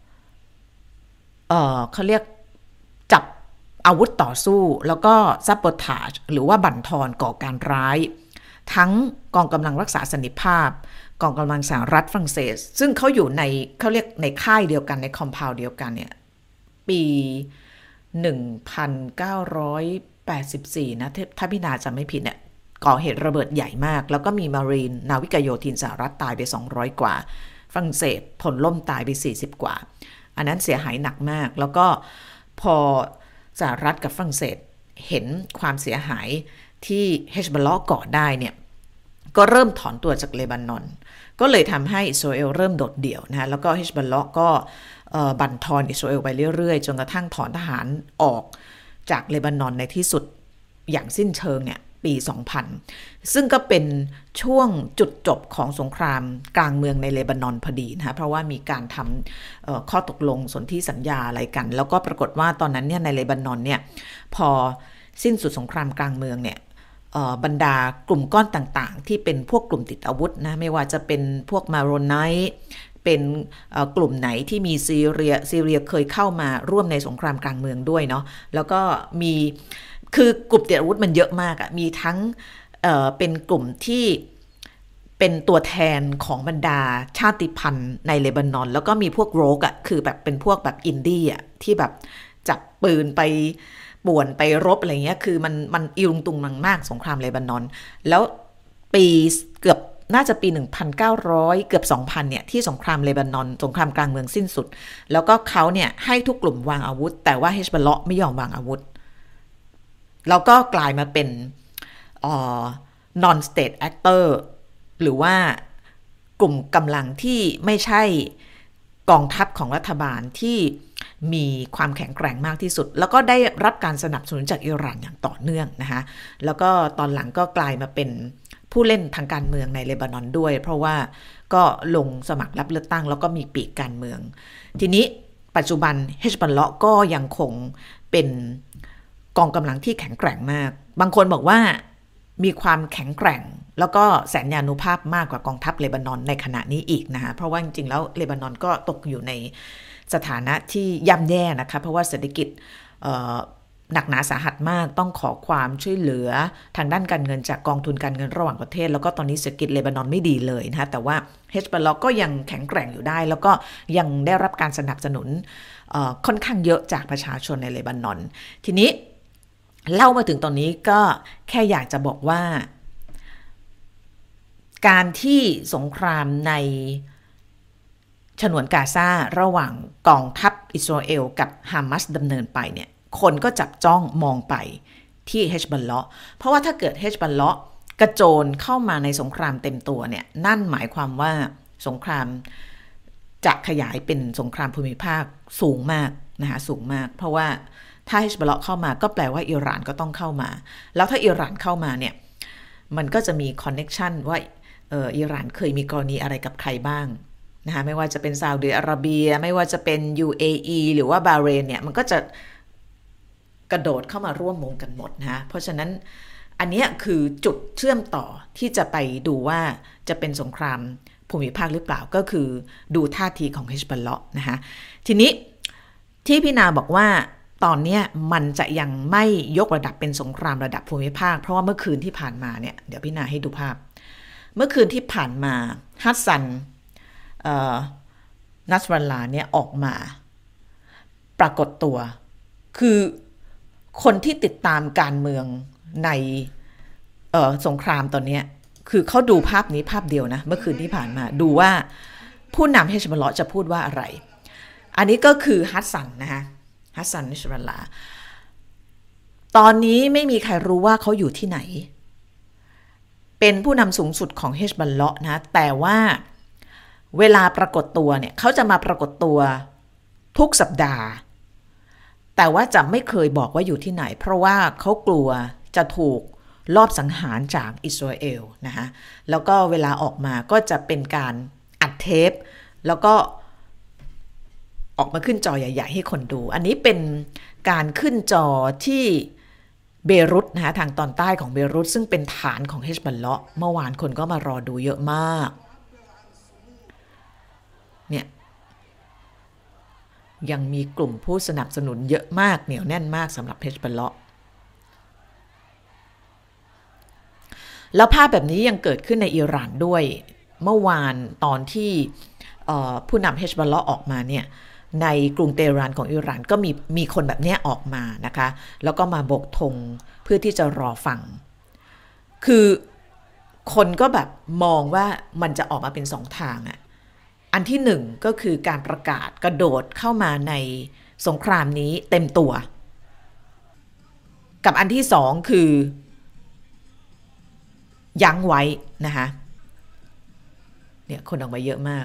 เขาเรียกจับอาวุธต่อสู้แล้วก็ซับโบทาจหรือว่าบั่นทอนก่อการร้ายทั้งกองกำลังรักษาสันติภาพกองกำลังสหรัฐฝรั่งเศสซึ่งเขาอยู่ในเขาเรียกในค่ายเดียวกันในคอมพาวด์เดียวกันเนี่ยปี1984นะถ้าพี่นาจำไม่ผิดเนี่ยก่อเหตุระเบิดใหญ่มากแล้วก็มีมารีนนาวิกโยธินสหรัฐตายไป200กว่าฝรั่งเศสผลล่มตายไป40กว่าอันนั้นเสียหายหนักมากแล้วก็พอสหรัฐกับฝรั่งเศสเห็นความเสียหายที่เฮชบอลก่อได้เนี่ยก็เริ่มถอนตัวจากเลบานอนก็เลยทำให้อิสราเอลเริ่มโดดเดี่ยวนะแล้วก็เฮชบอลก็บั่นทอนอิสราเอลไปเรื่อยๆจนกระทั่งถอนทหารออกจากเลบานอนในที่สุดอย่างสิ้นเชิงเนี่ยปี2000ซึ่งก็เป็นช่วงจุดจบของสงครามกลางเมืองในเลบานอนพอดีนะคะเพราะว่ามีการทำข้อตกลงสนธิสัญญาอะไรกันแล้วก็ปรากฏว่าตอนนั้นเนี่ยในเลบานอนเนี่ยพอสิ้นสุดสงครามกลางเมืองเนี่ยบรรดากลุ่มก้อนต่างๆที่เป็นพวกกลุ่มติดอาวุธนะไม่ว่าจะเป็นพวกมาโรไนต์เป็นกลุ่มไหนที่มีซีเรียเคยเข้ามาร่วมในสงครามกลางเมืองด้วยเนาะแล้วก็มีคือกลุ่มติดอาวุธมันเยอะมากอะมีทั้งเป็นกลุ่มที่เป็นตัวแทนของบรรดาชาติพันธุ์ในเลบานอนแล้วก็มีพวกโรกอะคือแบบเป็นพวกแบบอินดี้อะที่แบบจับปืนไปป่วนไปรบอะไรเงี้ยคือมันอีลุงตุงนังมากสงครามเลบานอนแล้วปีเกือบน่าจะปี1900เกือบ2000เนี่ยที่สงครามเลบานอนสงครามกลางเมืองสิ้นสุดแล้วก็เขาเนี่ยให้ทุกกลุ่มวางอาวุธแต่ว่าเฮชบอลไม่ยอมวางอาวุธแล้วก็กลายมาเป็นnon state actor หรือว่ากลุ่มกำลังที่ไม่ใช่กองทัพของรัฐบาลที่มีความแข็งแกร่งมากที่สุดแล้วก็ได้รับการสนับสนุนจากอิหร่านอย่างต่อเนื่องนะคะแล้วก็ตอนหลังก็กลายมาเป็นผู้เล่นทางการเมืองในเลบานอนด้วยเพราะว่าก็ลงสมัครรับเลือกตั้งแล้วก็มีปีกการเมืองทีนี้ปัจจุบันเฮชบอลก็ยังคงเป็นกองกำลังที่แข็งแกร่งมากบางคนบอกว่ามีความแข็งแกร่งแล้วก็แสนยานุภาพมากกว่ากองทัพเลบานอนในขณะนี้อีกนะคะเพราะว่าจริงๆแล้วเลบานอนก็ตกอยู่ในสถานะที่ย่ำแย่นะคะเพราะว่าเศรษฐกิจหนักหนาสาหัสมากต้องขอความช่วยเหลือทางด้านการเงินจากกองทุนการเงินระหว่างประเทศแล้วก็ตอนนี้เศรษฐกิจเลบานอนไม่ดีเลยนะคะแต่ว่าเฮชบอลก็ยังแข็งแกร่งอยู่ได้แล้วก็ยังได้รับการสนับสนุนค่อนข้างเยอะจากประชาชนในเลบานอนทีนี้เล่ามาถึงตอนนี้ก็แค่อยากจะบอกว่าการที่สงครามในฉนวนกาซาระหว่างกองทัพอิสราเอลกับฮามาสดำเนินไปเนี่ยคนก็จับจ้องมองไปที่เฮชบอลเพราะว่าถ้าเกิดเฮชบอลกระโจนเข้ามาในสงครามเต็มตัวเนี่ยนั่นหมายความว่าสงครามจะขยายเป็นสงครามภูมิภาคสูงมากนะคะสูงมากเพราะว่าถ้าฮิซบอลเลาะห์เข้ามาก็แปลว่าอิหร่านก็ต้องเข้ามาแล้วถ้าอิหร่านเข้ามาเนี่ยมันก็จะมีคอนเน็กชันว่าอิหร่านเคยมีกรณีอะไรกับใครบ้างนะคะไม่ว่าจะเป็นซาอุดิอาระเบียไม่ว่าจะเป็น UAE หรือว่าบาห์เรนเนี่ยมันก็จะกระโดดเข้ามาร่วมวงกันหมดนะเพราะฉะนั้นอันนี้คือจุดเชื่อมต่อที่จะไปดูว่าจะเป็นสงครามภูมิภาคหรือเปล่าก็คือดูท่าทีของฮิซบอลเลาะห์นะคะทีนี้ที่พี่นาบอกว่าตอนนี้มันจะยังไม่ยกระดับเป็นสงครามระดับภูมิภาคเพราะว่าเมื่อคืนที่ผ่านมาเนี่ยเดี๋ยวพี่นาให้ดูภาพเมื่อคืนที่ผ่านมาฮัสซันนัสรัลลาห์เนี่ยออกมาปรากฏตัวคือคนที่ติดตามการเมืองในสงครามตอนนี้คือเขาดูภาพนี้ภาพเดียวนะเมื่อคืนที่ผ่านมาดูว่าผู้นำฮิซบอลเลาะห์จะพูดว่าอะไรอันนี้ก็คือฮัสซันนะคะฮัสซันนัสรัลลาห์ตอนนี้ไม่มีใครรู้ว่าเขาอยู่ที่ไหนเป็นผู้นำสูงสุดของฮิซบอลเลาะห์นะแต่ว่าเวลาปรากฏตัวเนี่ยเขาจะมาปรากฏตัวทุกสัปดาห์แต่ว่าจะไม่เคยบอกว่าอยู่ที่ไหนเพราะว่าเขากลัวจะถูกลอบสังหารจากอิสราเอลนะคะแล้วก็เวลาออกมาก็จะเป็นการอัดเทปแล้วก็ออกมาขึ้นจอใหญ่ๆให้คนดูอันนี้เป็นการขึ้นจอที่เบรุตนะคะทางตอนใต้ของเบรุตซึ่งเป็นฐานของฮิซบอลเลาะห์เมื่อวานคนก็มารอดูเยอะมากเนี่ยยังมีกลุ่มผู้สนับสนุนเยอะมากเหนียวแน่นมากสำหรับฮิซบอลเลาะห์แล้วภาพแบบนี้ยังเกิดขึ้นในอิหร่านด้วยเมื่อวานตอนที่ผู้นำฮิซบอลเลาะห์ออกมาเนี่ยในกรุงเตหะรานของอิหร่านก็มีคนแบบนี้ออกมานะคะแล้วก็มาโบกธงเพื่อที่จะรอฟังคือคนก็แบบมองว่ามันจะออกมาเป็นสองทางอะอันที่หนึ่งก็คือการประกาศกระโดดเข้ามาในสงครามนี้เต็มตัวกับอันที่สองคือยั้งไว้นะคะเนี่ยคนออกมาเยอะมาก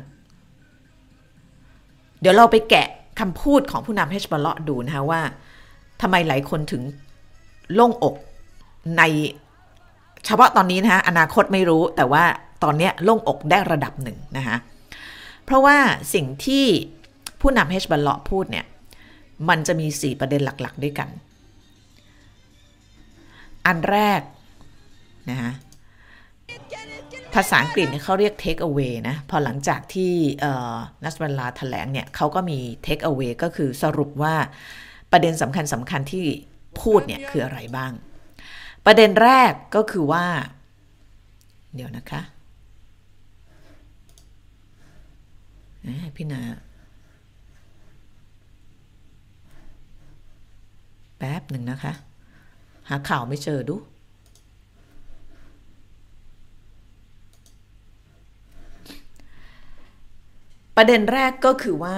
เดี๋ยวเราไปแกะคำพูดของผู้นำฮิซบอลเลาะห์ดูนะคะว่าทำไมหลายคนถึงโล่งอกในเฉพาะตอนนี้นะคะอนาคตไม่รู้แต่ว่าตอนนี้โล่งอกได้ระดับหนึ่งนะคะเพราะว่าสิ่งที่ผู้นำฮิซบอลเลาะห์พูดเนี่ยมันจะมี4ประเด็นหลักๆด้วยกันอันแรกนะคะภาษาอังกฤษเนี่ยเขาเรียก take away นะพอหลังจากที่นัสรัลลาห์แถลงเนี่ยเขาก็มี take away ก็คือสรุปว่าประเด็นสำคัญที่พูดเนี่ยคืออะไรบ้างประเด็นแรกก็คือว่าเดี๋ยวนะคะพี่นาแป๊บหนึ่งนะคะหาข่าวไม่เจอดูประเด็นแรกก็คือว่า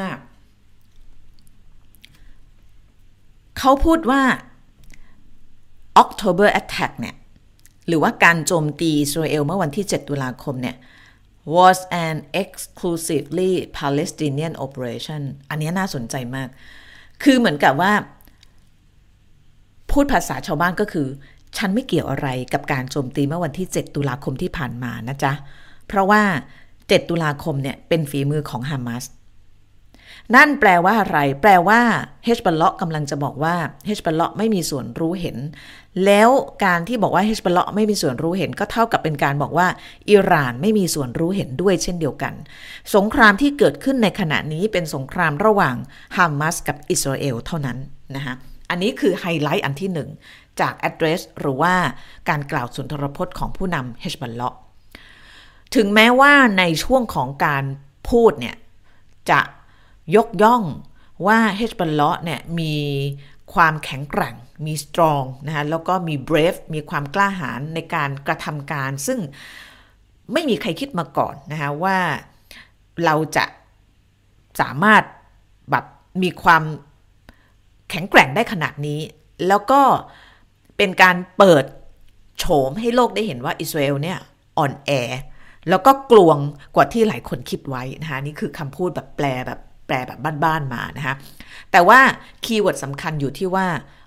เขาพูดว่า October Attack เนี่ยหรือว่าการโจมตีอิสราเอลเมื่อวันที่7ตุลาคมเนี่ย was an exclusively Palestinian operation อันนี้น่าสนใจมากคือเหมือนกับว่าพูดภาษาชาวบ้านก็คือฉันไม่เกี่ยวอะไรกับการโจมตีเมื่อวันที่7ตุลาคมที่ผ่านมานะจ๊ะเพราะว่า7ตุลาคมเนี่ยเป็นฝีมือของฮามาสนั่นแปลว่าอะไรแปลว่าฮิซบอลเลาะห์กำลังจะบอกว่าฮิซบอลเลาะห์ไม่มีส่วนรู้เห็นแล้วการที่บอกว่าฮิซบอลเลาะห์ไม่มีส่วนรู้เห็นก็เท่ากับเป็นการบอกว่าอิหร่านไม่มีส่วนรู้เห็นด้วยเช่นเดียวกันสงครามที่เกิดขึ้นในขณะนี้เป็นสงครามระหว่างฮามาสกับอิสราเอลเท่านั้นนะคะอันนี้คือไฮไลท์อันที่1จาก address หรือว่าการกล่าวสุนทรพจน์ของผู้นำฮิซบอลเลาะห์ถึงแม้ว่าในช่วงของการพูดเนี่ยจะยกย่องว่าฮิซบอลเลาะห์เนี่ยมีความแข็งแกร่งมี strong นะคะแล้วก็มี brave มีความกล้าหาญในการกระทำการซึ่งไม่มีใครคิดมาก่อนนะคะว่าเราจะสามารถแบบมีความแข็งแกร่งได้ขนาดนี้แล้วก็เป็นการเปิดโฉมให้โลกได้เห็นว่าอิสราเอลเนี่ยอ่อนแอแล้วก็กลวงกว่าที่หลายคนคิดไว้นะคะนี่คือคำพูดแบบแปลแบบบ้านๆมานะคะแต่ว่าคีย์เวิร์ดสำคัญอยู่ที่ว่า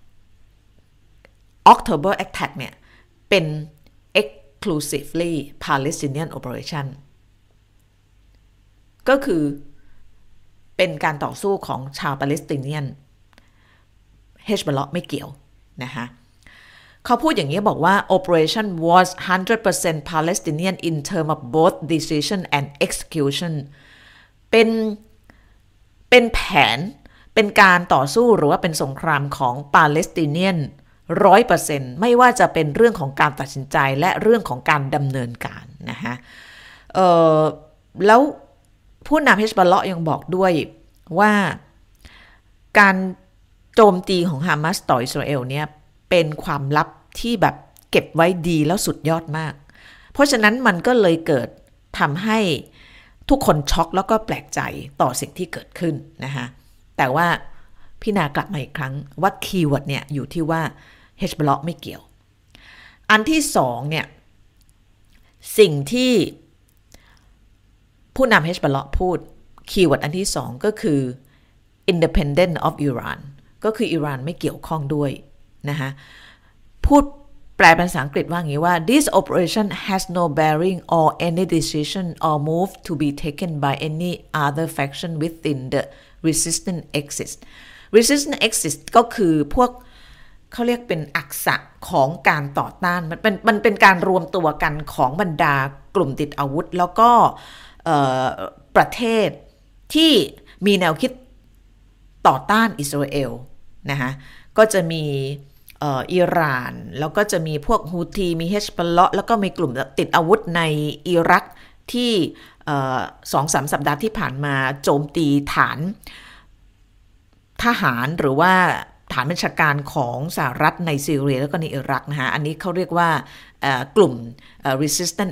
October Attack เนี่ยเป็น exclusively Palestinian operation ก็คือเป็นการต่อสู้ของชาวปาเลสไตเนียนเฮชบอลเลาะห์ไม่เกี่ยวนะคะเขาพูดอย่างนี้บอกว่า Operation was 100% Palestinian in terms of both decision and execution เป็นแผนเป็นการต่อสู้หรือว่าเป็นสงครามของปาเลสไตเนียน 100% ไม่ว่าจะเป็นเรื่องของการตัดสินใจและเรื่องของการดำเนินการนะคะแล้วผู้นำเฮชบอลเลาะห์ยังบอกด้วยว่าการโจมตีของฮามาสต่ออิสราเอลเนี่ยเป็นความลับที่แบบเก็บไว้ดีแล้วสุดยอดมากเพราะฉะนั้นมันก็เลยเกิดทำให้ทุกคนช็อกแล้วก็แปลกใจต่อสิ่งที่เกิดขึ้นนะคะแต่ว่าพี่นากลับมาอีกครั้งว่าคีย์เวิร์ดเนี่ยอยู่ที่ว่าเฮชบอลเลาะห์ไม่เกี่ยวอันที่สองเนี่ยสิ่งที่ผู้นำเฮชบอลเลาะห์พูดคีย์เวิร์ดอันที่สองก็คือ independent of Iran ก็คืออิหร่านไม่เกี่ยวข้องด้วยนะคะพูดแปลเป็นภาษาอังกฤษว่าอย่างนี้ว่า this operation has no bearing or any decision or move to be taken by any other faction within the resistance axis resistance axis ก็คือพวกเขาเรียกเป็นอักษะของการต่อต้านมันเป็นการรวมตัวกันของบรรดากลุ่มติดอาวุธแล้วก็ประเทศที่มีแนวคิดต่อต้านอิสราเอลนะคะก็จะมีอิหร่านแล้วก็จะมีพวกฮูธีมีเฮชบอลเลาะห์แล้วก็มีกลุ่มติดอาวุธในอิรักที่2-3 สัปดาห์ที่ผ่านมาโจมตีฐานทหารหรือว่าฐานบัญชาการของสหรัฐในซีเรียแล้วก็ในอิรักนะคะอันนี้เขาเรียกว่ากลุ่มresistance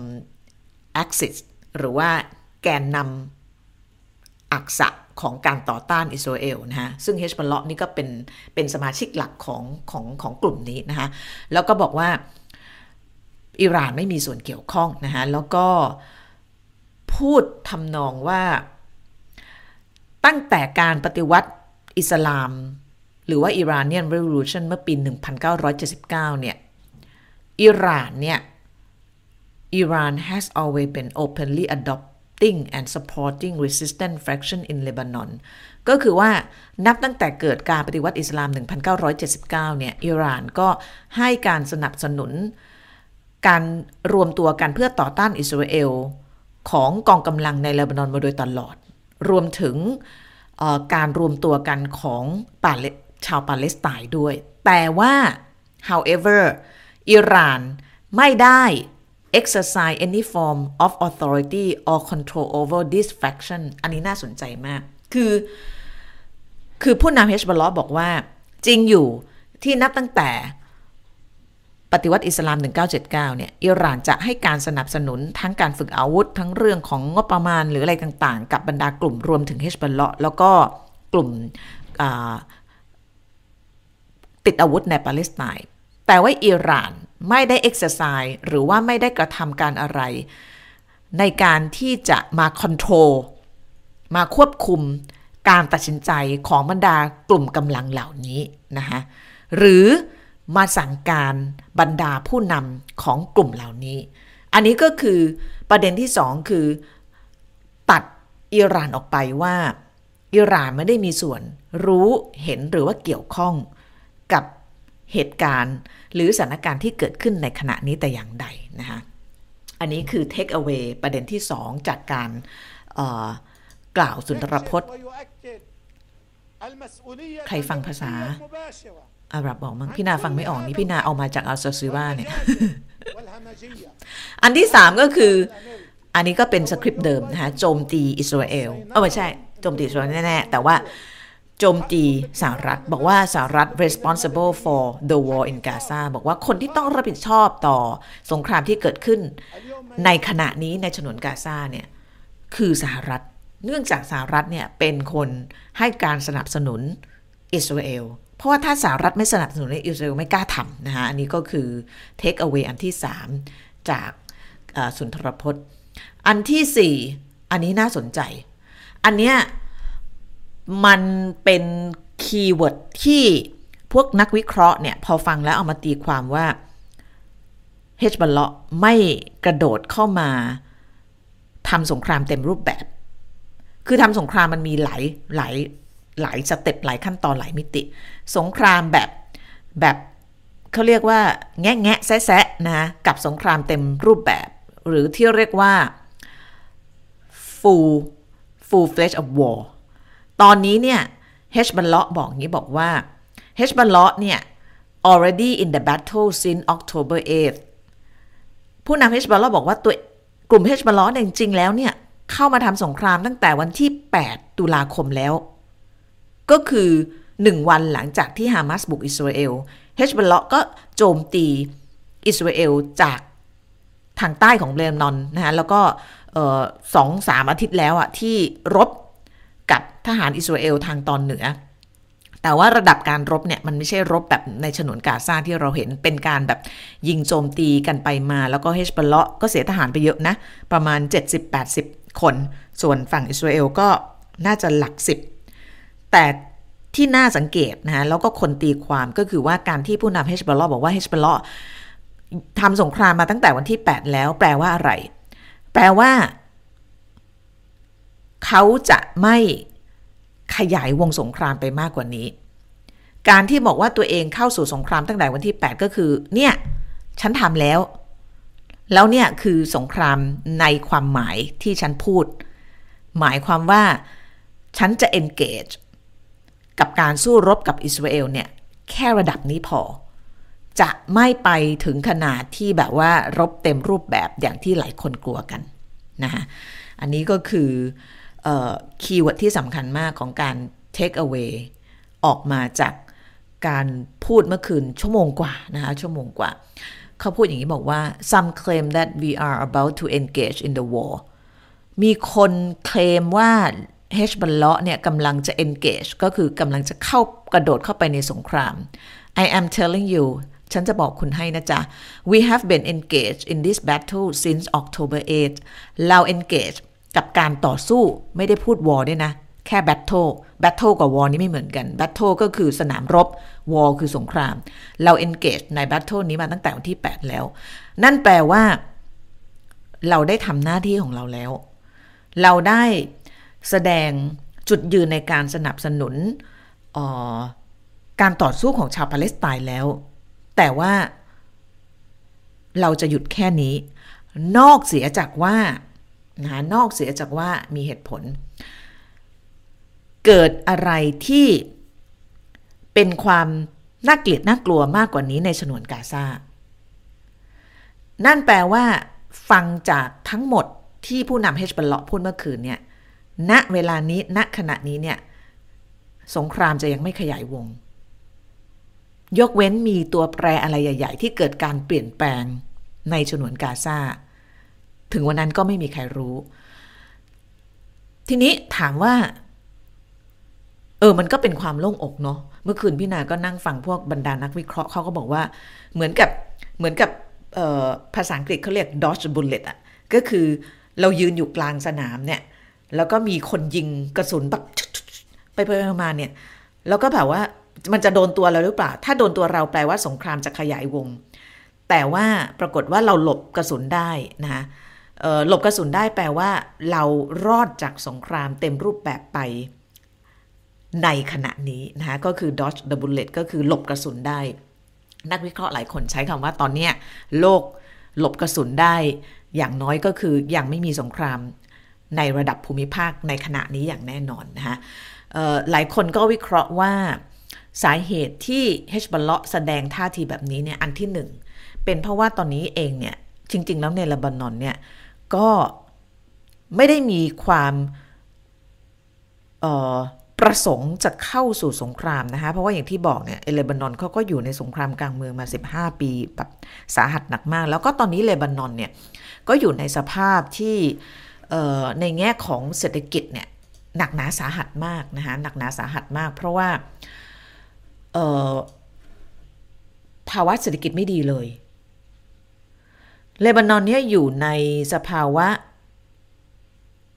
axis หรือว่าแกนนำอักษะของการต่อต้านอิสราเอลนะฮะซึ่งเฮชบอลเลาะห์นี่ก็เป็นสมาชิกหลักของกลุ่มนี้นะคะแล้วก็บอกว่าอิหร่านไม่มีส่วนเกี่ยวข้องนะคะแล้วก็พูดทำนองว่าตั้งแต่การปฏิวัติอิสลามหรือว่า Iranian Revolution เมื่อปี 1979 เนี่ยอิหร่านเนี่ย Iran has always been openly adopting and supporting resistant faction in Lebanon ก็คือว่านับตั้งแต่เกิดการปฏิวัติอิสลาม 1979 เนี่ยอิหร่านก็ให้การสนับสนุนการรวมตัวกันเพื่อต่อต้านอิสราเอลของกองกำลังในเลบานอนมาโดยตลอดรวมถึงการรวมตัวกันของชาวปาเลสไตน์ด้วยแต่ว่า however อิหร่านไม่ได้ exercise any form of authority or control over this faction อันนี้น่าสนใจมากคือผู้นำเฮชบอลเลาะห์บอกว่าจริงอยู่ที่นับตั้งแต่ปฏิวัติอิสลาม 1979 เนี่ยอิหร่านจะให้การสนับสนุนทั้งการฝึกอาวุธทั้งเรื่องของงบประมาณหรืออะไรต่างๆกับบรรดากลุ่มรวมถึงเฮชบอลเลาะห์แล้วก็กลุ่มติดอาวุธในปาเลสไตน์แต่ว่าอิหร่านไม่ได้ exercise หรือว่าไม่ได้กระทำการอะไรในการที่จะมาคอนโทรลมาควบคุมการตัดสินใจของบรรดากลุ่มกำลังเหล่านี้นะคะหรือมาสั่งการบรรดาผู้นำของกลุ่มเหล่านี้อันนี้ก็คือประเด็นที่สองคือตัดอิหร่านออกไปว่าอิหร่านไม่ได้มีส่วนรู้เห็นหรือว่าเกี่ยวข้องกับเหตุการณ์หรือสถานการณ์ที่เกิดขึ้นในขณะนี้แต่อย่างใดนะคะอันนี้คือ take away ประเด็นที่สองจากการกล่าวสุนทรพจน์ใครฟังภาษาอาหรับบอกมั้งพี่นาฟังไม่ออกนี่พี่นาเอามาจากอัลซาซิวาเนี่ยอันที่สามก็คืออันนี้ก็เป็นสคริปต์เดิมนะคะโจมตีอิสราเอลไม่ใช่โจมตีอิสราเอลแน่ๆแต่ว่าโจมตีสหรัฐบอกว่าสหรัฐ responsible for the war in Gaza บอกว่าคนที่ต้องรับผิดชอบต่อสงครามที่เกิดขึ้นในขณะนี้ในฉนวนกาซาเนี่ยคือสหรัฐเนื่องจากสหรัฐเนี่ยเป็นคนให้การสนับสนุนอิสราเอลเพราะว่าถ้าสหรัฐไม่สนับสนุนอิสราเอลไม่กล้าทำนะคะอันนี้ก็คือ take away อันที่3จากสุนทรพจน์อันที่4อันนี้น่าสนใจอันเนี้ยมันเป็นคีย์เวิร์ดที่พวกนักวิเคราะห์เนี่ยพอฟังแล้วเอามาตีความว่าเฮชบอลเลาะไม่กระโดดเข้ามาทำสงครามเต็มรูปแบบคือทำสงครามมันมีหลายสเต็ปหลายขั้นตอนหลายมิติสงครามแบบเขาเรียกว่าแงะแซะนะกับสงครามเต็มรูปแบบหรือที่เรียกว่า full fledged of war ตอนนี้เนี่ยเฮชบอลเลาะบอกงี้บอกว่าเฮชบอลเลาะเนี่ย already in the battle since October 8th ผู้นำเฮชบอลเลาะบอกว่าตัวกลุ่มเฮชบอลเลาะจริงๆแล้วเนี่ยเข้ามาทำสงครามตั้งแต่วันที่8ตุลาคมแล้วก็คือ1วันหลังจากที่ฮามาสบุกอิสราเอลเฮชบอลเลาะก็โจมตีอิสราเอลจากทางใต้ของเลบานอนนะฮะแล้วก็2-3 อาทิตย์แล้วอ่ะที่รบกับทหารอิสราเอลทางตอนเหนือแต่ว่าระดับการรบเนี่ยมันไม่ใช่รบแบบในฉนวนกาซาที่เราเห็นเป็นการแบบยิงโจมตีกันไปมาแล้วก็เฮชบอลเลาะก็เสียทหารไปเยอะนะประมาณ 70-80 คนส่วนฝั่งอิสราเอลก็น่าจะหลัก10แต่ที่น่าสังเกตนะฮะแล้วก็คนตีความก็คือว่าการที่ผู้นำเฮชบอลเลาะบอกว่าเฮชบอลเลาะทำสงครามมาตั้งแต่วันที่8แล้วแปลว่าอะไรแปลว่าเขาจะไม่ขยายวงสงครามไปมากกว่านี้การที่บอกว่าตัวเองเข้าสู่สงครามตั้งแต่วันที่8ก็คือเนี่ยฉันทำแล้วเนี่ยคือสงครามในความหมายที่ฉันพูดหมายความว่าฉันจะ engage กับการสู้รบกับอิสราเอลเนี่ยแค่ระดับนี้พอจะไม่ไปถึงขนาดที่แบบว่ารบเต็มรูปแบบอย่างที่หลายคนกลัวกันนะคะอันนี้ก็คือคีย์เวิร์ดที่สำคัญมากของการ take away ออกมาจากการพูดเมื่อคืนชั่วโมงกว่านะคะชั่วโมงกว่าเขาพูดอย่างนี้บอกว่า some claim that we are about to engage in the war มีคนเคลมว่าเฮชบอลเลาะเนี่ยกำลังจะ engage ก็คือกำลังจะกระโดดเข้าไปในสงคราม I am telling you ฉันจะบอกคุณให้นะจ๊ะ we have been engaged in this battle since October 8เรา engage กับการต่อสู้ไม่ได้พูด war ด้วยนะแค่ battle กับ war นี่ไม่เหมือนกัน battle ก็คือสนามรบ war คือสงครามเรา engage ใน battle นี้มาตั้งแต่วันที่8แล้วนั่นแปลว่าเราได้ทำหน้าที่ของเราแล้วเราได้แสดงจุดยืนในการสนับสนุนการต่อสู้ของชาวปาเลสไตน์แล้วแต่ว่าเราจะหยุดแค่นี้นอกเสียจากว่ามีเหตุผลเกิดอะไรที่เป็นความน่าเกลียดน่ากลัวมากกว่านี้ในฉนวนกาซานั่นแปลว่าฟังจากทั้งหมดที่ผู้นำเฮชบอลเลาะพูดเมื่อคืนเนี่ยณเวลานี้ณขณะนี้เนี่ยสงครามจะยังไม่ขยายวงยกเว้นมีตัวแปรอะไรใหญ่ๆที่เกิดการเปลี่ยนแปลงในฉนวนกาซาถึงวันนั้นก็ไม่มีใครรู้ทีนี้ถามว่ามันก็เป็นความโล่งอกเนาะเมื่อคืนพี่นาก็นั่งฟังพวกบรรดานักวิเคราะห์เขาก็บอกว่าเหมือนกับภาษาอังกฤษเขาเรียก dodge bullet อ่ะก็คือเรายืนอยู่กลางสนามเนี่ยแล้วก็มีคนยิงกระสุนแบบไปมาเนี่ยแล้วก็แบบว่ามันจะโดนตัวเราหรือเปล่าถ้าโดนตัวเราแปลว่าสงครามจะขยายวงแต่ว่าปรากฏว่าเราหลบกระสุนได้นะหลบกระสุนได้แปลว่าเรารอดจากสงครามเต็มรูปแบบไปในขณะนี้นะคะก็คือ dodge the bullet ก็คือหลบกระสุนได้นักวิเคราะห์หลายคนใช้คำว่าตอนนี้โลกหลบกระสุนได้อย่างน้อยก็คือยังไม่มีสงครามในระดับภูมิภาคในขณะนี้อย่างแน่นอนนะคะหลายคนก็วิเคราะห์ว่าสาเหตุที่เฮชบอลเลาะแสดงท่าทีแบบนี้เนี่ยอันที่หนึ่งเป็นเพราะว่าตอนนี้เองเนี่ยจริงๆแล้วในเลบานอนเนี่ยก็ไม่ได้มีความประสงค์จะเข้าสู่สงครามนะคะเพราะว่าอย่างที่บอกเนี่ยเลบานอนเขาก็อยู่ในสงครามกลางเมืองมา15ปีแบบสาหัสหนักมากแล้วก็ตอนนี้เลบานอนเนี่ยก็อยู่ในสภาพที่ในแง่ของเศรษฐกิจเนี่ยหนักหนาสาหัสมากนะคะหนักหนาสาหัสมากเพราะว่าภาวะเศรษฐกิจไม่ดีเลยเลบานอนเนี่ยอยู่ในสภาวะ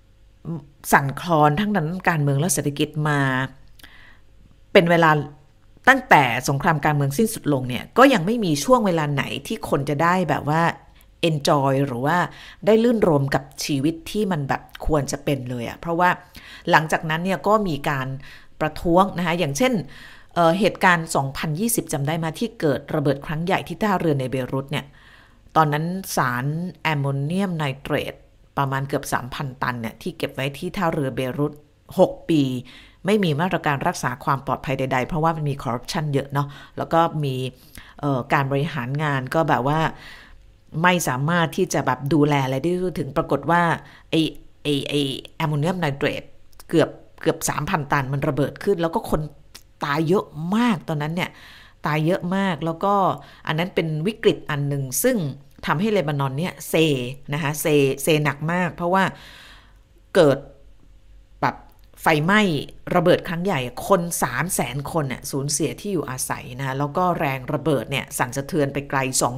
สั่นคลอนทั้งด้านการเมืองและเศรษฐกิจมาเป็นเวลาตั้งแต่สงครามการเมืองสิ้นสุดลงเนี่ยก็ยังไม่มีช่วงเวลาไหนที่คนจะได้แบบว่า enjoy หรือว่าได้ลื่นรมกับชีวิตที่มันแบบควรจะเป็นเลยเพราะว่าหลังจากนั้นเนี่ยก็มีการประท้วงนะคะอย่างเช่นเหตุการณ์2020จำได้มาที่เกิดระเบิดครั้งใหญ่ที่ท่าเรือในเบรุตเนี่ยตอนนั้นสารแอมโมเนียมไนเตรตประมาณเกือบ 3,000 ตันเนี่ยที่เก็บไว้ที่ท่าเรือเบรุต6 ปีไม่มีมาตรการรักษาความปลอดภัยใดๆเพราะว่ามันมีคอร์รัปชันเยอะเนาะแล้วก็มีการบริหารงานก็แบบว่าไม่สามารถที่จะแบบดูแลอะไรได้ถึงปรากฏว่าไอแอมโมเนียมไนเตรตเกือบ 3,000 ตันมันระเบิดขึ้นแล้วก็คนตายเยอะมากตอนนั้นเนี่ยตายเยอะมากแล้วก็อันนั้นเป็นวิกฤตอันหนึ่งซึ่งทำให้เลบานอนเนี่ยเซนะคะเซหนักมากเพราะว่าเกิดแบบไฟไหม้ระเบิดครั้งใหญ่คน 300,000 คนเนี่ยสูญเสียที่อยู่อาศัยนะแล้วก็แรงระเบิดเนี่ยสั่นสะเทือนไปไกล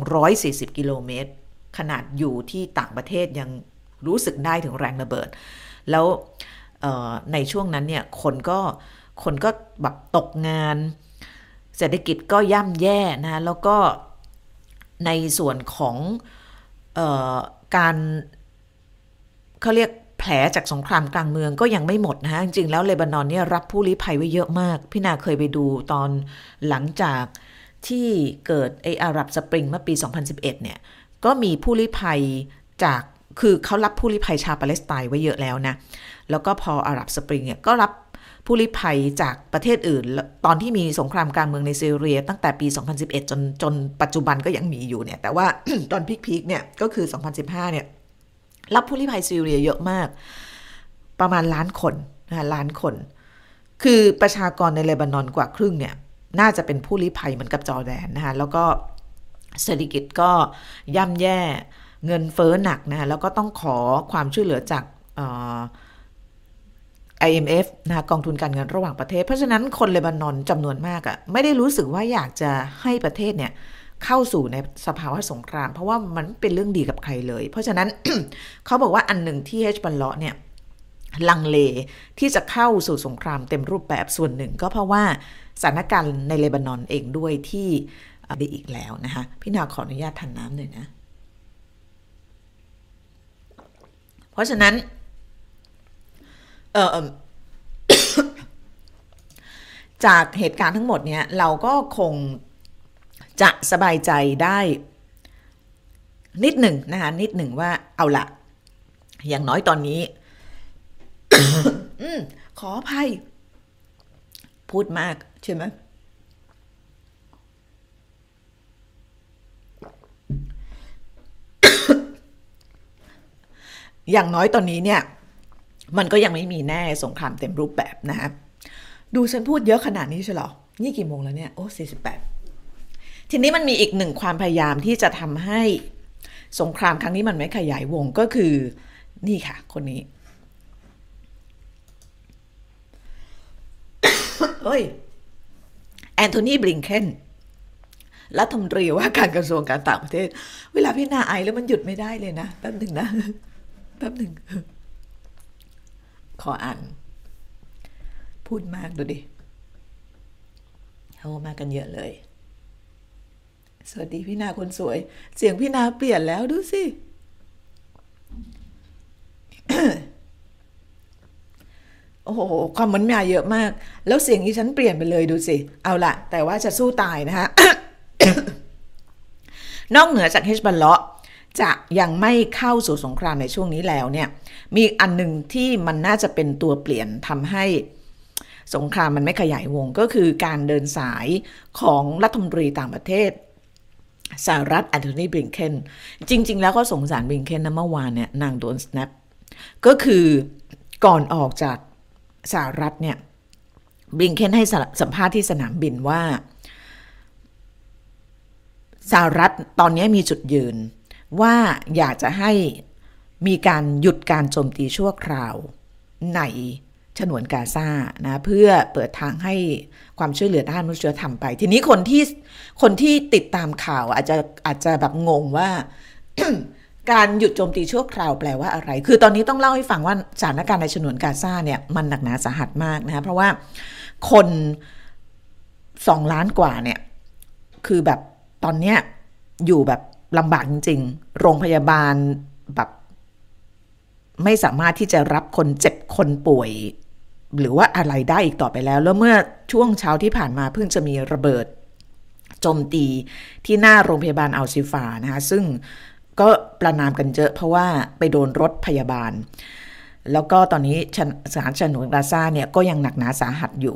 240 กิโลเมตรขนาดอยู่ที่ต่างประเทศยังรู้สึกได้ถึงแรงระเบิดแล้วในช่วงนั้นเนี่ยคนก็แบบตกงานเศรษฐกิจก็ย่ำแย่นะแล้วก็ในส่วนของการเขาเรียกแผลจากสงครามกลางเมืองก็ยังไม่หมดนะฮะจริงๆแล้วเลบานอนเนี่ยรับผู้ลี้ภัยไว้เยอะมากพี่นาเคยไปดูตอนหลังจากที่เกิดอาหรับสปริงเมื่อปี2011เนี่ยก็มีผู้ลี้ภัยจากคือเขารับผู้ลี้ภัยชาวปาเลสไตน์ไว้เยอะแล้วนะแล้วก็พออาหรับสปริงเนี่ยก็รับผู้ลี้ภัยจากประเทศอื่นตอนที่มีสงครามกลางเมืองในซีเรียตั้งแต่ปี2011จนปัจจุบันก็ยังมีอยู่เนี่ยแต่ว่า ตอนพีคๆเนี่ยก็คือ2015เนี่ยรับผู้ลี้ภัยซีเรียเยอะมากประมาณ1 ล้านคนนะคะ1 ล้านคนคือประชากรในเลบานอนกว่าครึ่งเนี่ยน่าจะเป็นผู้ลี้ภัยเหมือนกับจอร์แดนนะคะแล้วก็เศรษฐกิจก็ย่ำแย่เงินเฟ้อหนักนะแล้วก็ต้องขอความช่วยเหลือจากIMF นะกองทุนการเงินระหว่างประเทศเพราะฉะนั้นคนเลบานอนจำนวนมากไม่ได้รู้สึกว่าอยากจะให้ประเทศเนี่ยเข้าสู่ในสภาวะสงครามเพราะว่ามันเป็นเรื่องดีกับใครเลยเพราะฉะนั้น เขาบอกว่าอันหนึ่งที่เฮชบัลเลาะเนี่ยลังเลที่จะเข้าสู่สงครามเต็มรูปแบบส่วนหนึ่งก็เพราะว่าสถานการณ์ในเลบานอนเองด้วยที่ได้อีกแล้วนะคะพี่นาขออนุญาตทานน้ำหน่อยนะเพราะฉะนั้นจากเหตุการณ์ทั้งหมดเนี่ยเราก็คงจะสบายใจได้นิดหนึ่งนะคะนิดหนึ่งว่าเอาละอย่างน้อยตอนนี้ ขออภัยพูดมากใช่ไหมอย่างน้อยตอนนี้เนี่ยมันก็ยังไม่มีแน่สงครามเต็มรูปแบบนะฮะดูฉันพูดเยอะขนาดนี้ใช่หรอนี่กี่โมงแล้วเนี่ยโอ้48ทีนี้มันมีอีกหนึ่งความพยายามที่จะทำให้สงครามครั้งนี้มันไม่ขยายวงก็คือนี่ค่ะคนนี้ เฮ้ยแอนโทนีบลิงเคนรัฐมนตรีว่าการกระทรวงการต่างประเทศเวลาพี่นาไอแล้วมันหยุดไม่ได้เลยนะแป๊บหนึ่งนะแป๊บหนึ่งขออ่านพูดมากดูดิโอ้มากันเยอะเลยสวัสดีพี่นาคนสวยเสียงพี่นาเปลี่ยนแล้วดูสิ โอ้โหความมันมาเยอะมากแล้วเสียงที่ฉันเปลี่ยนไปเลยดูสิเอาละแต่ว่าจะสู้ตายนะคะ นอกเหนือจากเฮชบัลเลาะจะยังไม่เข้าสู่สงครามในช่วงนี้แล้วเนี่ยมีอันหนึ่งที่มันน่าจะเป็นตัวเปลี่ยนทำให้สงครามมันไม่ขยายวงก็คือการเดินสายของรัฐมนตรีต่างประเทศสหรัฐแอนโทนีบลิงเคนจริงๆแล้วก็สงสารบลิงเคนนะเมื่อวานเนี่ยนางโดนสแนปก็คือก่อนออกจากสหรัฐเนี่ยบลิงเคนให้สัมภาษณ์ที่สนามบินว่าสหรัฐตอนนี้มีจุดยืนว่าอยากจะให้มีการหยุดการโจมตีชั่วคราวในฉนวนกาซานะเพื่อเปิดทางให้ความช่วยเหลือด้านมนุษยธรรมไปทีนี้คนที่ติดตามข่าวอาจจะแบบงงว่า การหยุดโจมตีชั่วคราวแปลว่าอะไรคือตอนนี้ต้องเล่าให้ฟังว่าสถานการณ์ในฉนวนกาซาเนี่ยมันหนักหนาสาหัสมากนะคะเพราะว่าคน 2 ล้านกว่าเนี่ยคือแบบตอนเนี้ยอยู่แบบลำบากจริงๆโรงพยาบาลแบบไม่สามารถที่จะรับคนเจ็บคนป่วยหรือว่าอะไรได้อีกต่อไปแล้วเมื่อช่วงเช้าที่ผ่านมาเพิ่งจะมีระเบิดโจมตีที่หน้าโรงพยาบาลอัลชิฟานะคะซึ่งก็ประนามกันเยอะเพราะว่าไปโดนรถพยาบาลแล้วก็ตอนนี้สถานฉนวนกาซาเนี่ยก็ยังหนักหนาสาหัสอยู่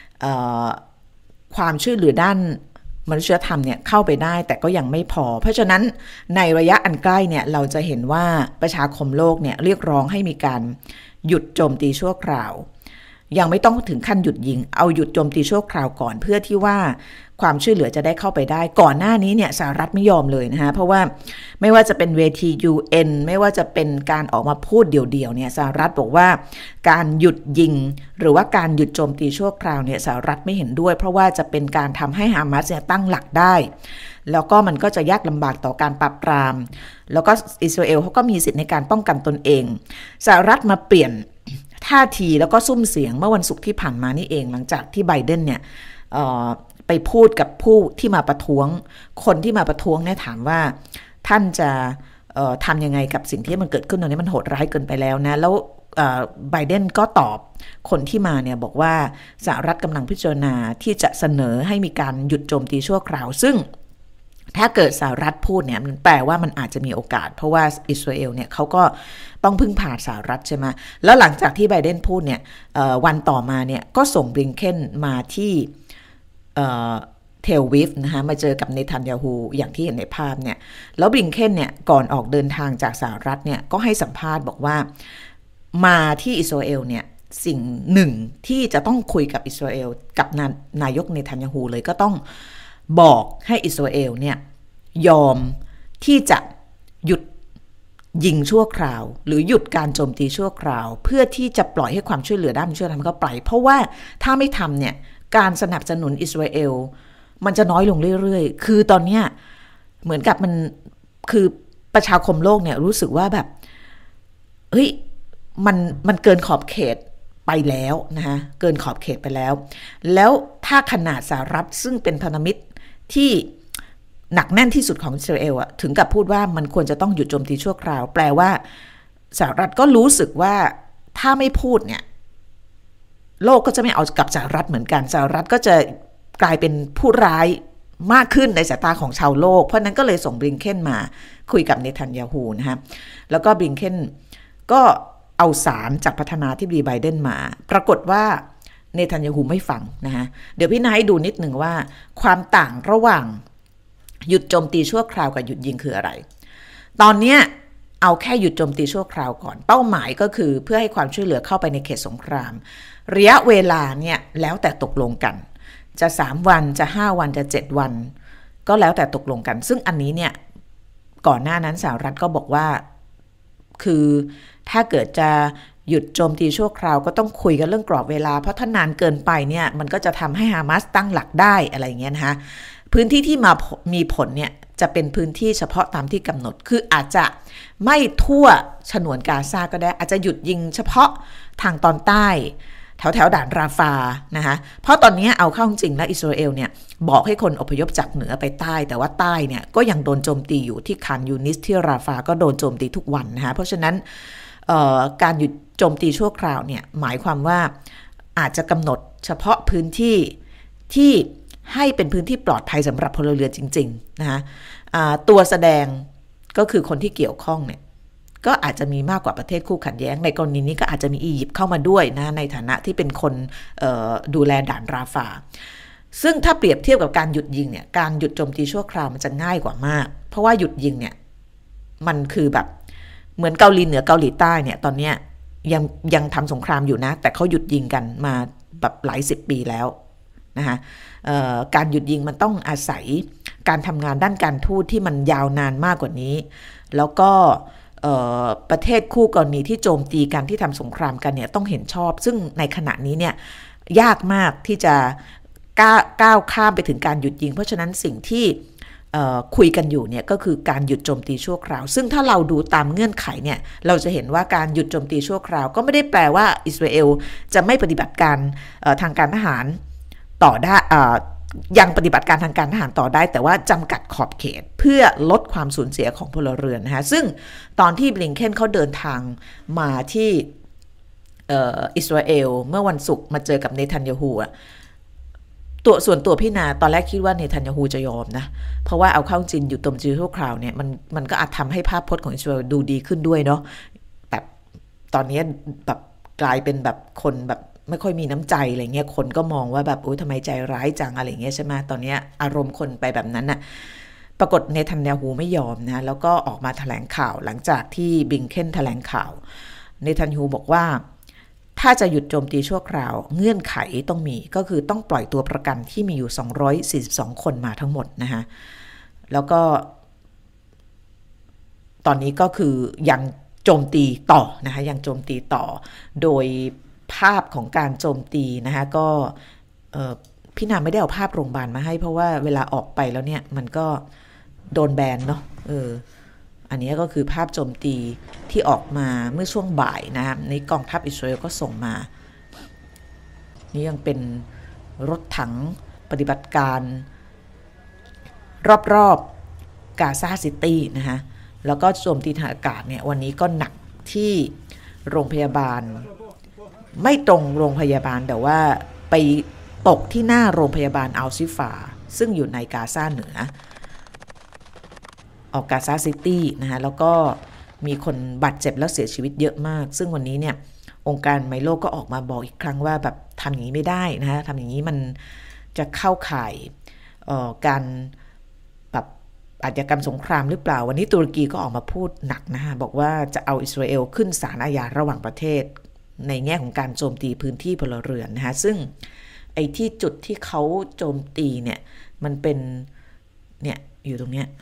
ความช่วยเหลือด้านมนุษยธรรมเนี่ยเข้าไปได้แต่ก็ยังไม่พอเพราะฉะนั้นในระยะอันใกล้เนี่ยเราจะเห็นว่าประชาคมโลกเนี่ยเรียกร้องให้มีการหยุดโจมตีชั่วคราวยังไม่ต้องถึงขั้นหยุดยิงเอาหยุดโจมตีชั่วคราวก่อนเพื่อที่ว่าความช่วยเหลือจะได้เข้าไปได้ก่อนหน้านี้เนี่ยสหรัฐไม่ยอมเลยนะคะเพราะว่าไม่ว่าจะเป็นเวที UN ไม่ว่าจะเป็นการออกมาพูดเดี่ยวๆเนี่ยสหรัฐบอกว่าการหยุดยิงหรือว่าการหยุดโจมตีชั่วคราวเนี่ยสหรัฐไม่เห็นด้วยเพราะว่าจะเป็นการทำให้ฮามาสเนี่ยตั้งหลักได้แล้วก็มันก็จะยากลำบากต่อการปราบปรามแล้วก็อิสราเอลเขาก็มีสิทธิ์ในการป้องกันตนเองสหรัฐมาเปลี่ยนท่าทีแล้วก็ซุ่มเสียงเมื่อวันศุกร์ที่ผ่านมานี่เองหลังจากที่ไบเดนเนี่ยไปพูดกับผู้ที่มาประท้วงคนที่มาประท้วงเนี่ยถามว่าท่านจะทำยังไงกับสิ่งที่มันเกิดขึ้นตรงนี้มันโหดร้ายเกินไปแล้วนะแล้วไบเดนก็ตอบคนที่มาเนี่ยบอกว่าสหรัฐกำลังพิจารณาที่จะเสนอให้มีการหยุดโจมตีชั่วคราวซึ่งถ้าเกิดสหรัฐพูดเนี่ยมันแปลว่ามันอาจจะมีโอกาสเพราะว่าอิสราเอลเนี่ยเขาก็ต้องพึ่งพาสหรัฐใช่ไหมแล้วหลังจากที่ไบเดนพูดเนี่ยวันต่อมาเนี่ยก็ส่งบลิงเคนมาที่เทลวิฟนะคะมาเจอกับเนทันยาฮูอย่างที่เห็นในภาพเนี่ยแล้วบลิงเคนเนี่ยก่อนออกเดินทางจากสหรัฐเนี่ยก็ให้สัมภาษณ์บอกว่ามาที่อิสราเอลเนี่ยสิ่งหนึ่งที่จะต้องคุยกับอิสราเอลกับนายกเนทันยาฮูเลยก็ต้องบอกให้อิสราเอลเนี่ยยอมที่จะหยุดยิงชั่วคราวหรือหยุดการโจมตีชั่วคราวเพื่อที่จะปล่อยให้ความช่วยเหลือด้านมนุษยธรรมเข้าไปเพราะว่าถ้าไม่ทำเนี่ยการสนับสนุนอิสราเอลมันจะน้อยลงเรื่อยๆคือตอนนี้เหมือนกับคือประชาคมโลกเนี่ยรู้สึกว่าแบบเฮ้ยมันเกินขอบเขตไปแล้วนะคะเกินขอบเขตไปแล้วถ้าขนาดสหรัฐซึ่งเป็นพันธมิตรที่หนักแน่นที่สุดของอิสราเอลอะถึงกับพูดว่ามันควรจะต้องหยุดโจมตีชั่วคราวแปลว่าสหรัฐก็รู้สึกว่าถ้าไม่พูดเนี่ยโลกก็จะไม่เอากับสหรัฐเหมือนกันสหรัฐก็จะกลายเป็นผู้ร้ายมากขึ้นในสายตาของชาวโลกเพราะนั้นก็เลยส่งบลิงเคนมาคุยกับเนทันยาฮูนะฮะแล้วก็บลิงเคนก็เอาสารจากประธานาธิบดีไบเดนมาปรากฏว่าเนทันยาฮูไม่ฟังนะฮะเดี๋ยวพี่นายให้ดูนิดหนึ่งว่าความต่างระหว่างหยุดโจมตีชั่วคราวกับหยุดยิงคืออะไรตอนนี้เอาแค่หยุดโจมตีชั่วคราวก่อนเป้าหมายก็คือเพื่อให้ความช่วยเหลือเข้าไปในเขตสงครามระยะเวลาเนี่ยแล้วแต่ตกลงกันจะ3วันจะ5วันจะ7วันก็แล้วแต่ตกลงกันซึ่งอันนี้เนี่ยก่อนหน้านั้นสหรัฐก็บอกว่าคือถ้าเกิดจะหยุดโจมตีชั่วคราวก็ต้องคุยกันเรื่องกรอบเวลาเพราะถ้านานเกินไปเนี่ยมันก็จะทำให้ฮามาสตั้งหลักได้อะไรอย่างเงี้ยนะคะพื้นที่ที่มีผลเนี่ยจะเป็นพื้นที่เฉพาะตามที่กำหนดคืออาจจะไม่ทั่วฉนวนกาซาก็ได้อาจจะหยุดยิงเฉพาะทางตอนใต้แถวด่านราฟานะคะเพราะตอนนี้เอาเข้าจริงแล้วอิสราเอลเนี่ยบอกให้คนอพยพจากเหนือไปใต้แต่ว่าใต้เนี่ยก็ยังโดนโจมตีอยู่ที่คานยูนิสที่ราฟาก็โดนโจมตีทุกวันนะคะเพราะฉะนั้นการหยุดโจมตีชั่วคราวเนี่ยหมายความว่าอาจจะกำหนดเฉพาะพื้นที่ที่ให้เป็นพื้นที่ปลอดภัยสำหรับพลเรือนจริงๆนะคะตัวแสดงก็คือคนที่เกี่ยวข้องเนี่ยก็อาจจะมีมากกว่าประเทศคู่ขัดแย้งในกรณีนี้ก็อาจจะมีอียิปต์เข้ามาด้วยนะในฐานะที่เป็นคนดูแลด่านราฟาซึ่งถ้าเปรียบเทียบกับการหยุดยิงเนี่ยการหยุดโจมตีชั่วคราวมันจะง่ายกว่ามากเพราะว่าหยุดยิงเนี่ยมันคือแบบเหมือนเกาหลีเหนือเกาหลีใต้เนี่ยตอนนี้ยังทำสงครามอยู่นะแต่เขาหยุดยิงกันมาแบบหลายสิบปีแล้วนะคะการหยุดยิงมันต้องอาศัยการทำงานด้านการทูตที่มันยาวนานมากกว่านี้แล้วก็ประเทศคู่กรณีที่โจมตีกันที่ทำสงครามกันเนี่ยต้องเห็นชอบซึ่งในขณะนี้เนี่ยยากมากที่จะก้าวข้ามไปถึงการหยุดยิงเพราะฉะนั้นสิ่งที่คุยกันอยู่เนี่ยก็คือการหยุดโจมตีชั่วคราวซึ่งถ้าเราดูตามเงื่อนไขเนี่ยเราจะเห็นว่าการหยุดโจมตีชั่วคราวก็ไม่ได้แปลว่าอิสราเอลจะไม่ปฏิบัติการทางการทหารต่อได้ยังปฏิบัติการทางการทหารต่อได้แต่ว่าจำกัดขอบเขตเพื่อลดความสูญเสียของพลเรือนนะคะซึ่งตอนที่บลิงเคนเขาเดินทางมาที่อิสราเอลเมื่อวันศุกร์มาเจอกับเนทันยาฮูส่วนตัวพี่นาตอนแรกคิดว่าเนทันยาฮูจะยอมนะเพราะว่าเอาเข้าจริงอยู่ตมจีชั่วคราวเนี่ยมันก็อาจทำให้ภาพพจน์ของอิสราเอลดูดีขึ้นด้วยเนาะแบบตอนนี้แบบกลายเป็นแบบคนแบบไม่ค่อยมีน้ำใจอะไรเงี้ยคนก็มองว่าแบบโอ๊ยทำไมใจร้ายจังอะไรเงี้ยใช่ไหมตอนนี้อารมณ์คนไปแบบนั้นน่ะปรากฏเนทันยาฮูไม่ยอมนะแล้วก็ออกมาแถลงข่าวหลังจากที่บลิงเคนแถลงข่าวเนทันยาฮูบอกว่าถ้าจะหยุดโจมตีชั่วคราวเงื่อนไขต้องมีก็คือต้องปล่อยตัวประกันที่มีอยู่242คนมาทั้งหมดนะคะแล้วก็ตอนนี้ก็คือยังโจมตีต่อนะคะยังโจมตีต่อโดยภาพของการโจมตีนะคะก็พี่นาไม่ได้เอาภาพโรงพยาบาลมาให้เพราะว่าเวลาออกไปแล้วเนี่ยมันก็โดนแบนเนาะอันนี้ก็คือภาพโจมตีที่ออกมาเมื่อช่วงบ่ายนะครับในกองทัพอิสราเอลก็ส่งมานี่ยังเป็นรถถังปฏิบัติการรอบๆกาซาซิตี้นะคะแล้วก็โจมตีทางอากาศเนี่ยวันนี้ก็หนักที่โรงพยาบาลไม่ตรงโรงพยาบาลแต่ว่าไปตกที่หน้าโรงพยาบาลอัลซิฟาซึ่งอยู่ในกาซาเหนือออกกาซาซิตี้นะคะแล้วก็มีคนบาดเจ็บแล้วเสียชีวิตเยอะมากซึ่งวันนี้เนี่ยองค์การไมโลก็ออกมาบอกอีกครั้งว่าแบบทำอย่างนี้ไม่ได้นะคะทำอย่างนี้มันจะเข้าข่ายการแบบอาชญากรรมสงครามหรือเปล่าวันนี้ตุรกีก็ออกมาพูดหนักนะคะบอกว่าจะเอาอิสราเอลขึ้นศาลอาญาระหว่างประเทศในแง่ของการโจมตีพื้นที่พลเรือนนะคะซึ่งไอ้ที่จุดที่เขาโจมตีเนี่ยมันเป็นเนี่ยอยู่ตรงเนี้ย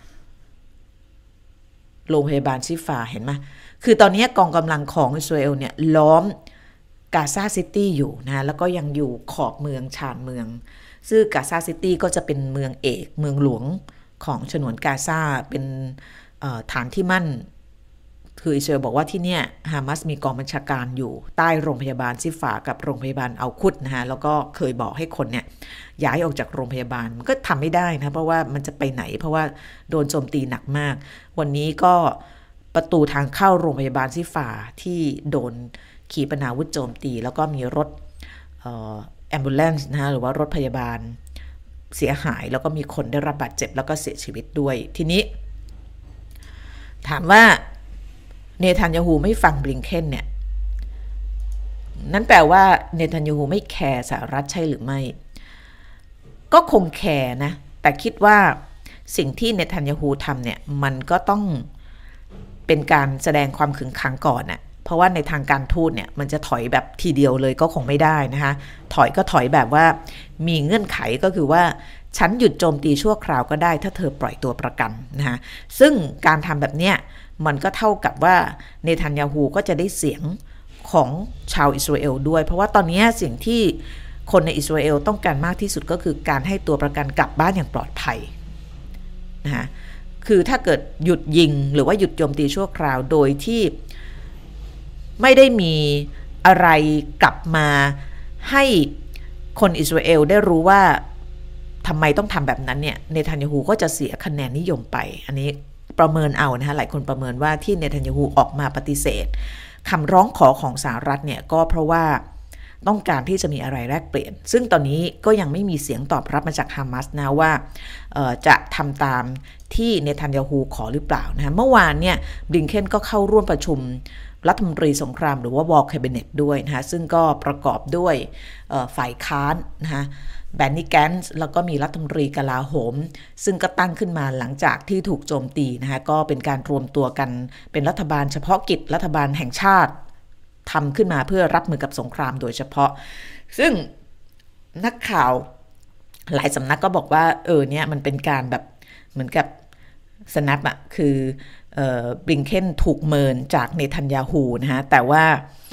โรงพยาบาลชิฟาเห็นไหมคือตอนนี้กองกำลังของอิสราเอลเนี่ยล้อมกาซาซิตี้อยู่นะแล้วก็ยังอยู่ขอบเมืองชานเมืองซึ่งกาซาซิตี้ก็จะเป็นเมืองเอกเมืองหลวงของฉนวนกาซาเป็นฐานที่มั่นคืออิสราเอลบอกว่าที่เนี่ยฮามาสมีกองบัญชาการอยู่ใต้โรงพยาบาลชิฟากับโรงพยาบาลอัลคุดนะฮะแล้วก็เคยบอกให้คนเนี่ยย้ายออกจากโรงพยาบาลมันก็ทำไม่ได้นะเพราะว่ามันจะไปไหนเพราะว่าโดนโจมตีหนักมากวันนี้ก็ประตูทางเข้าโรงพยาบาลชิฟาที่โดนขีปนาวุธโจมตีแล้วก็มีรถแอมบูเลนซ์นะฮะหรือว่ารถพยาบาลเสียหายแล้วก็มีคนได้รับบาดเจ็บแล้วก็เสียชีวิตด้วยทีนี้ถามว่าเนทันยาฮูไม่ฟังบลิงเคนเนี่ยนั่นแปลว่าเนทันยาฮูไม่แคร์สหรัฐใช่หรือไม่ก็คงแคร์นะแต่คิดว่าสิ่งที่เนทันยาฮูทำเนี่ยมันก็ต้องเป็นการแสดงความขึงขังก่อนน่ะเพราะว่าในทางการทูตเนี่ยมันจะถอยแบบทีเดียวเลยก็คงไม่ได้นะคะถอยก็ถอยแบบว่ามีเงื่อนไขก็คือว่าฉันหยุดโจมตีชั่วคราวก็ได้ถ้าเธอปล่อยตัวประกันนะคะซึ่งการทำแบบเนี้ยมันก็เท่ากับว่าเนทันยาฮูก็จะได้เสียงของชาวอิสราเอลด้วยเพราะว่าตอนนี้สิ่งที่คนในอิสราเอลต้องการมากที่สุดก็คือการให้ตัวประกันกลับบ้านอย่างปลอดภัยนะคะคือถ้าเกิดหยุดยิงหรือว่าหยุดโจมตีชั่วคราวโดยที่ไม่ได้มีอะไรกลับมาให้คนอิสราเอลได้รู้ว่าทำไมต้องทำแบบนั้นเนี่ยเนทันยาฮูก็จะเสียคะแนนนิยมไปอันนี้ประเมินเอานะคะหลายคนประเมินว่าที่เนทันยาฮูออกมาปฏิเสธคำร้องขอของสหรัฐเนี่ยก็เพราะว่าต้องการที่จะมีอะไรแลกเปลี่ยนซึ่งตอนนี้ก็ยังไม่มีเสียงตอบรับมาจากฮามาสนะว่าจะทำตามที่เนทันยาฮูขอหรือเปล่านะคะเมื่อวานเนี่ยบลิงเคนก็เข้าร่วมประชุมรัฐมนตรีสงครามหรือว่า War Cabinet ด้วยนะคะซึ่งก็ประกอบด้วยฝ่ายค้านนะคะแบนนี่แกนส์แล้วก็มีรัฐมนตรีกลาโหมซึ่งก็ตั้งขึ้นมาหลังจากที่ถูกโจมตีนะคะก็เป็นการรวมตัวกันเป็นรัฐบาลเฉพาะกิจรัฐบาลแห่งชาติทำขึ้นมาเพื่อรับมือกับสงครามโดยเฉพาะซึ่งนักข่าวหลายสำนักก็บอกว่าเนี่ยมันเป็นการแบบเหมือนกับสแนปอะคือบลิงเคนถูกเมินจากเนทันยาฮูนะฮะแต่ว่า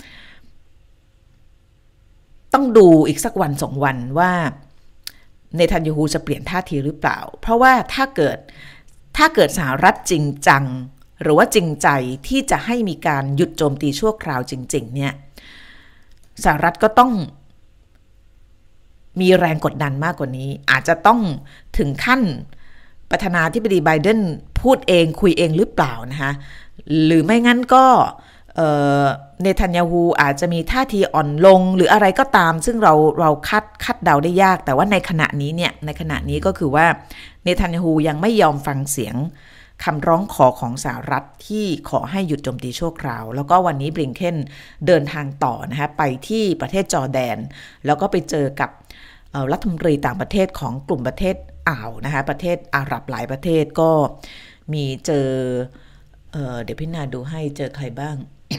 ต้องดูอีกสักวันสองวันว่าเนทันยาฮูจะเปลี่ยนท่าทีหรือเปล่าเพราะว่าถ้าเกิดสหรัฐจริงจังหรือว่าจริงใจที่จะให้มีการหยุดโจมตีชั่วคราวจริงๆเนี่ยสหรัฐก็ต้องมีแรงกดดันมากกว่านี้อาจจะต้องถึงขั้นประธานาธิบดีไบเดนพูดเองคุยเองหรือเปล่านะคะหรือไม่งั้นก็เนทันยาฮูอาจจะมีท่าทีอ่อนลงหรืออะไรก็ตามซึ่งเราคาดเดาได้ยากแต่ว่าในขณะนี้ก็คือว่าเนทันยาฮูยังไม่ยอมฟังเสียงคำร้องขอของสหรัฐที่ขอให้หยุดโจมตีชั่วคราวแล้วก็วันนี้บลิงเคนเดินทางต่อนะคะไปที่ประเทศจอร์แดนแล้วก็ไปเจอกับรัฐมนตรีต่างประเทศของกลุ่มประเทศอ่าวนะคะประเทศอาหรับหลายประเทศก็มีเจอเดี๋ยวพี่นาดูให้เจอใครบ้าง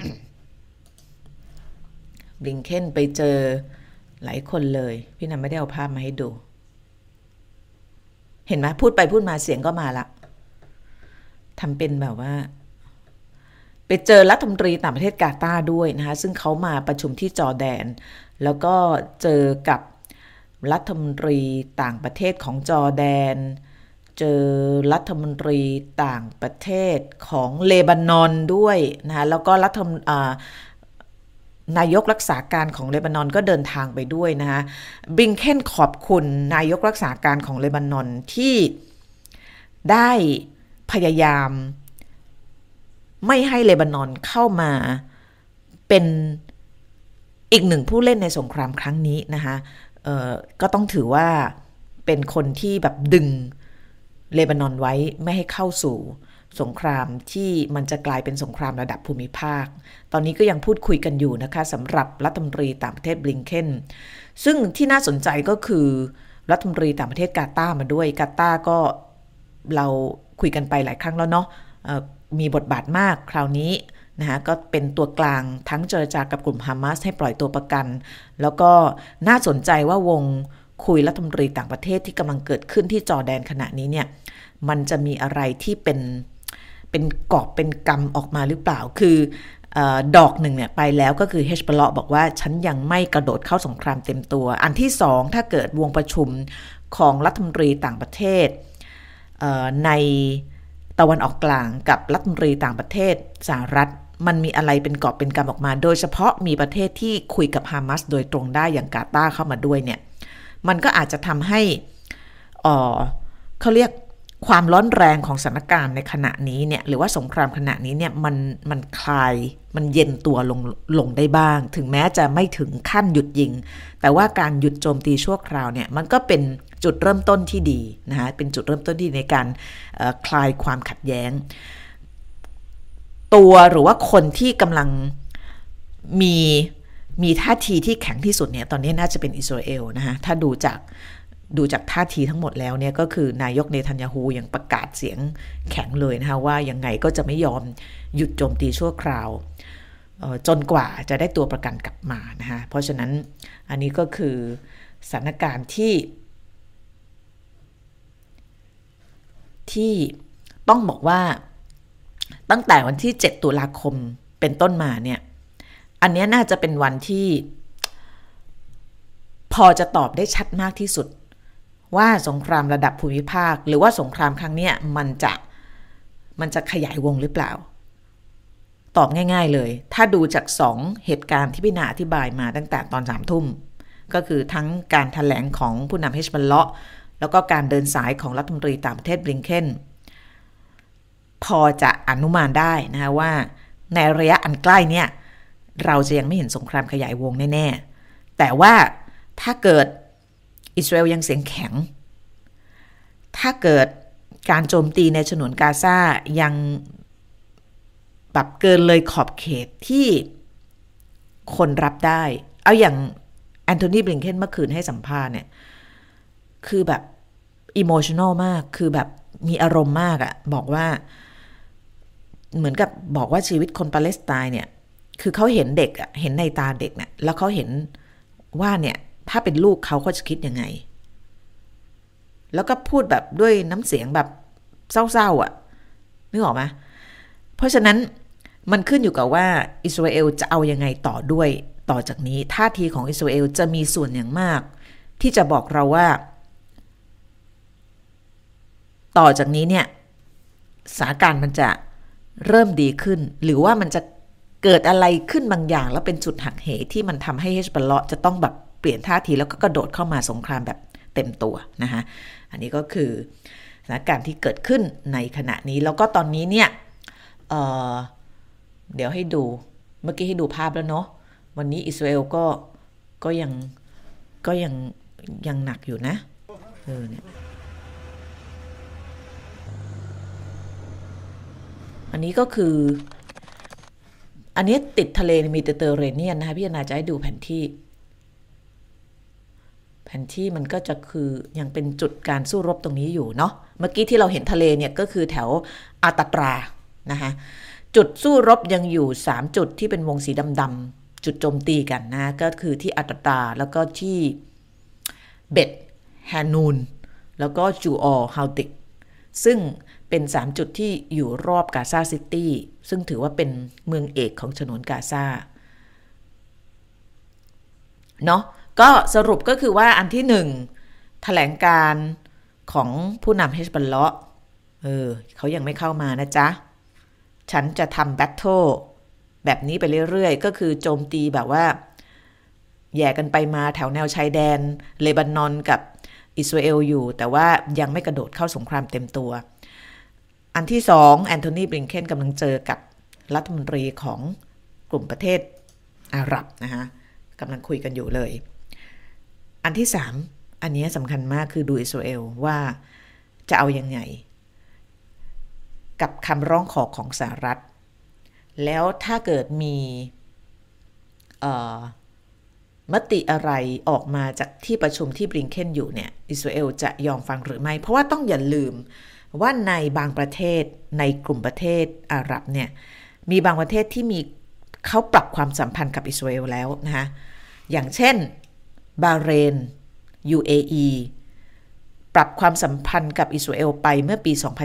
บลิงเคนไปเจอหลายคนเลยพี่นาไม่ได้เอาภาพมาให้ดูเห็นไหมพูดไปพูดมาเสียงก็มาละทำเป็นแบบว่าไปเจอรัฐมนตรีต่างประเทศกาตาร์ด้วยนะคะซึ่งเขามาประชุมที่จอร์แดนแล้วก็เจอกับรัฐมนตรีต่างประเทศของจอร์แดนเจอรัฐมนตรีต่างประเทศของเลบานอนด้วยนะคะแล้วก็นายกรักษาการของเลบานอนก็เดินทางไปด้วยนะคะบลิงเคนขอบคุณนายกรักษาการของเลบานอนที่ได้พยายามไม่ให้เลบานอนเข้ามาเป็นอีกหนึ่งผู้เล่นในสงครามครั้งนี้นะคะก็ต้องถือว่าเป็นคนที่แบบดึงเลบานอนไว้ไม่ให้เข้าสู่สงครามที่มันจะกลายเป็นสงครามระดับภูมิภาคตอนนี้ก็ยังพูดคุยกันอยู่นะคะสำหรับรัฐมนตรีต่างประเทศบลิงเคนซึ่งที่น่าสนใจก็คือรัฐมนตรีต่างประเทศกาตาร์มาด้วยกาตาร์ก็เราคุยกันไปหลายครั้งแล้วเนาะมีบทบาทมากคราวนี้นะคะก็เป็นตัวกลางทั้งเจรจากับกลุ่มฮามาสให้ปล่อยตัวประกันแล้วก็น่าสนใจว่าวงคุยรัฐมนตรีต่างประเทศที่กำลังเกิดขึ้นที่จอร์แดนขณะนี้เนี่ยมันจะมีอะไรที่เป็นกอบเป็นกำออกมาหรือเปล่าคือดอกหนึ่งเนี่ยไปแล้วก็คือเฮชบอลบอกว่าฉันยังไม่กระโดดเข้าสงครามเต็มตัวอันที่สองถ้าเกิดวงประชุมของรัฐมนตรีต่างประเทศในตะวันออกกลางกับรัฐมนตรีต่างประเทศสหรัฐมันมีอะไรเป็นกอบเป็นกำออกมาโดยเฉพาะมีประเทศที่คุยกับฮามาสโดยตรงได้อย่างกาตาร์เข้ามาด้วยเนี่ยมันก็อาจจะทำให้เขาเรียกความร้อนแรงของสถานการณ์ในขณะนี้เนี่ยหรือว่าสงครามขณะนี้เนี่ยมันคลายมันเย็นตัวลงได้บ้างถึงแม้จะไม่ถึงขั้นหยุดยิงแต่ว่าการหยุดโจมตีชั่วคราวเนี่ยมันก็เป็นจุดเริ่มต้นที่ดีนะคะเป็นจุดเริ่มต้นที่ในการคลายความขัดแย้งตัวหรือว่าคนที่กำลังมีท่าทีที่แข็งที่สุดเนี่ยตอนนี้น่าจะเป็นอิสราเอลนะคะถ้าดูจากท่าทีทั้งหมดแล้วเนี่ยก็คือนายกเนทันยาฮูยังประกาศเสียงแข็งเลยนะคะว่ายังไงก็จะไม่ยอมหยุดโจมตีชั่วคราวจนกว่าจะได้ตัวประกันกลับมานะคะเพราะฉะนั้นอันนี้ก็คือสถานการณ์ที่ต้องบอกว่าตั้งแต่วันที่7ตุลาคมเป็นต้นมาเนี่ยอันนี้น่าจะเป็นวันที่พอจะตอบได้ชัดมากที่สุดว่าสงครามระดับภูมิภาคหรือว่าสงครามครั้งนี้มันจะขยายวงหรือเปล่าตอบง่ายๆเลยถ้าดูจาก2เหตุการณ์ที่พี่นาอธิบายมาตั้งแต่ตอน3 ทุ่มก็คือทั้งการแถลงของผู้นำเฮชบอลเลาะแล้วก็การเดินสายของรัฐมนตรีต่างประเทศบลิงเคนพอจะอนุมานได้นะคะว่าในระยะอันใกล้เนี่ยเราจะยังไม่เห็นสงครามขยายวงแน่ๆแต่ว่าถ้าเกิดอิสราเอลยังเสียงแข็งถ้าเกิดการโจมตีในฉนวนกาซายังแบบเกินเลยขอบเขตที่คนรับได้เอาอย่างแอนโทนีบลิงเคนเมื่อคืนให้สัมภาษณ์เนี่ยคือแบบอิโมชัน a ลมากคือแบบมีอารมณ์มากอะบอกว่าเหมือนกับบอกว่าชีวิตคนปาเลสไตน์เนี่ยคือเขาเห็นเด็กอะเห็นในตาเด็กเนี่ยแล้วเขาเห็นว่าเนี่ยถ้าเป็นลูกเขาจะคิดยังไงแล้วก็พูดแบบด้วยน้ำเสียงแบบเศร้าๆอ่ะนึกออกไหมเพราะฉะนั้นมันขึ้นอยู่กับว่าอิสราเอลจะเอายังไงต่อด้วยต่อจากนี้ท่าทีของอิสราเอลจะมีส่วนอย่างมากที่จะบอกเราว่าต่อจากนี้เนี่ยสถานการณ์มันจะเริ่มดีขึ้นหรือว่ามันจะเกิดอะไรขึ้นบางอย่างแล้วเป็นจุดหักเหที่มันทำให้เฮชบอลเลาะจะต้องแบบเปลี่ยนท่าทีแล้วก็กระโดดเข้ามาสงครามแบบเต็มตัวนะคะอันนี้ก็คือสถานการณ์ที่เกิดขึ้นในขณะนี้แล้วก็ตอนนี้เนี่ยเดี๋ยวให้ดูเมื่อกี้ให้ดูภาพแล้วเนาะวันนี้อิสราเอลก็ยังหนักอยู่นะเนี่ยอันนี้ก็คืออันนี้ติดทะเลเมดิเตอร์เรเนียนนะคะพี่อนาจะให้ดูแผนที่มันก็จะคือยังเป็นจุดการสู้รบตรงนี้อยู่เนาะเมื่อกี้ที่เราเห็นทะเลเนี่ยก็คือแถวอาตาตรานะคะจุดสู้รบยังอยู่3จุดที่เป็นวงสีดำๆจุดโจมตีกันนะก็คือที่อาตาตราแล้วก็ที่เบ็ดแฮนูนแล้วก็จูออฮาวติกซึ่งเป็น3จุดที่อยู่รอบกาซาซิตี้ซึ่งถือว่าเป็นเมืองเอกของฉนวนกาซาเนาะก็สรุปก็คือว่าอันที่1แถลงการของผู้นำเฮชบอลเลาะห์เขายังไม่เข้ามานะจ๊ะฉันจะทำแบทเทิลแบบนี้ไปเรื่อยๆก็คือโจมตีแบบว่าแย่กันไปมาแถวแนวชายแดนเลบานอนกับอิสราเอลอยู่แต่ว่ายังไม่กระโดดเข้าสงครามเต็มตัวอันที่2แอนโทนี บลิงเคนกำลังเจอกับรัฐมนตรีของกลุ่มประเทศอาหรับนะคะกำลังคุยกันอยู่เลยอันที่3อันนี้สำคัญมากคือดูอิสราเอลว่าจะเอายังไงกับคำร้องขอของสหรัฐแล้วถ้าเกิดมีมติอะไรออกมาจากที่ประชุมที่บลิงเคนอยู่เนี่ยอิสราเอลจะยอมฟังหรือไม่เพราะว่าต้องอย่าลืมว่าในบางประเทศในกลุ่มประเทศอาหรับเนี่ยมีบางประเทศที่มีเขาปรับความสัมพันธ์กับอิสราเอลแล้วนะคะอย่างเช่นบาห์เรน UAE ปรับความสัมพันธ์กับอิสราเอลไปเมื่อปี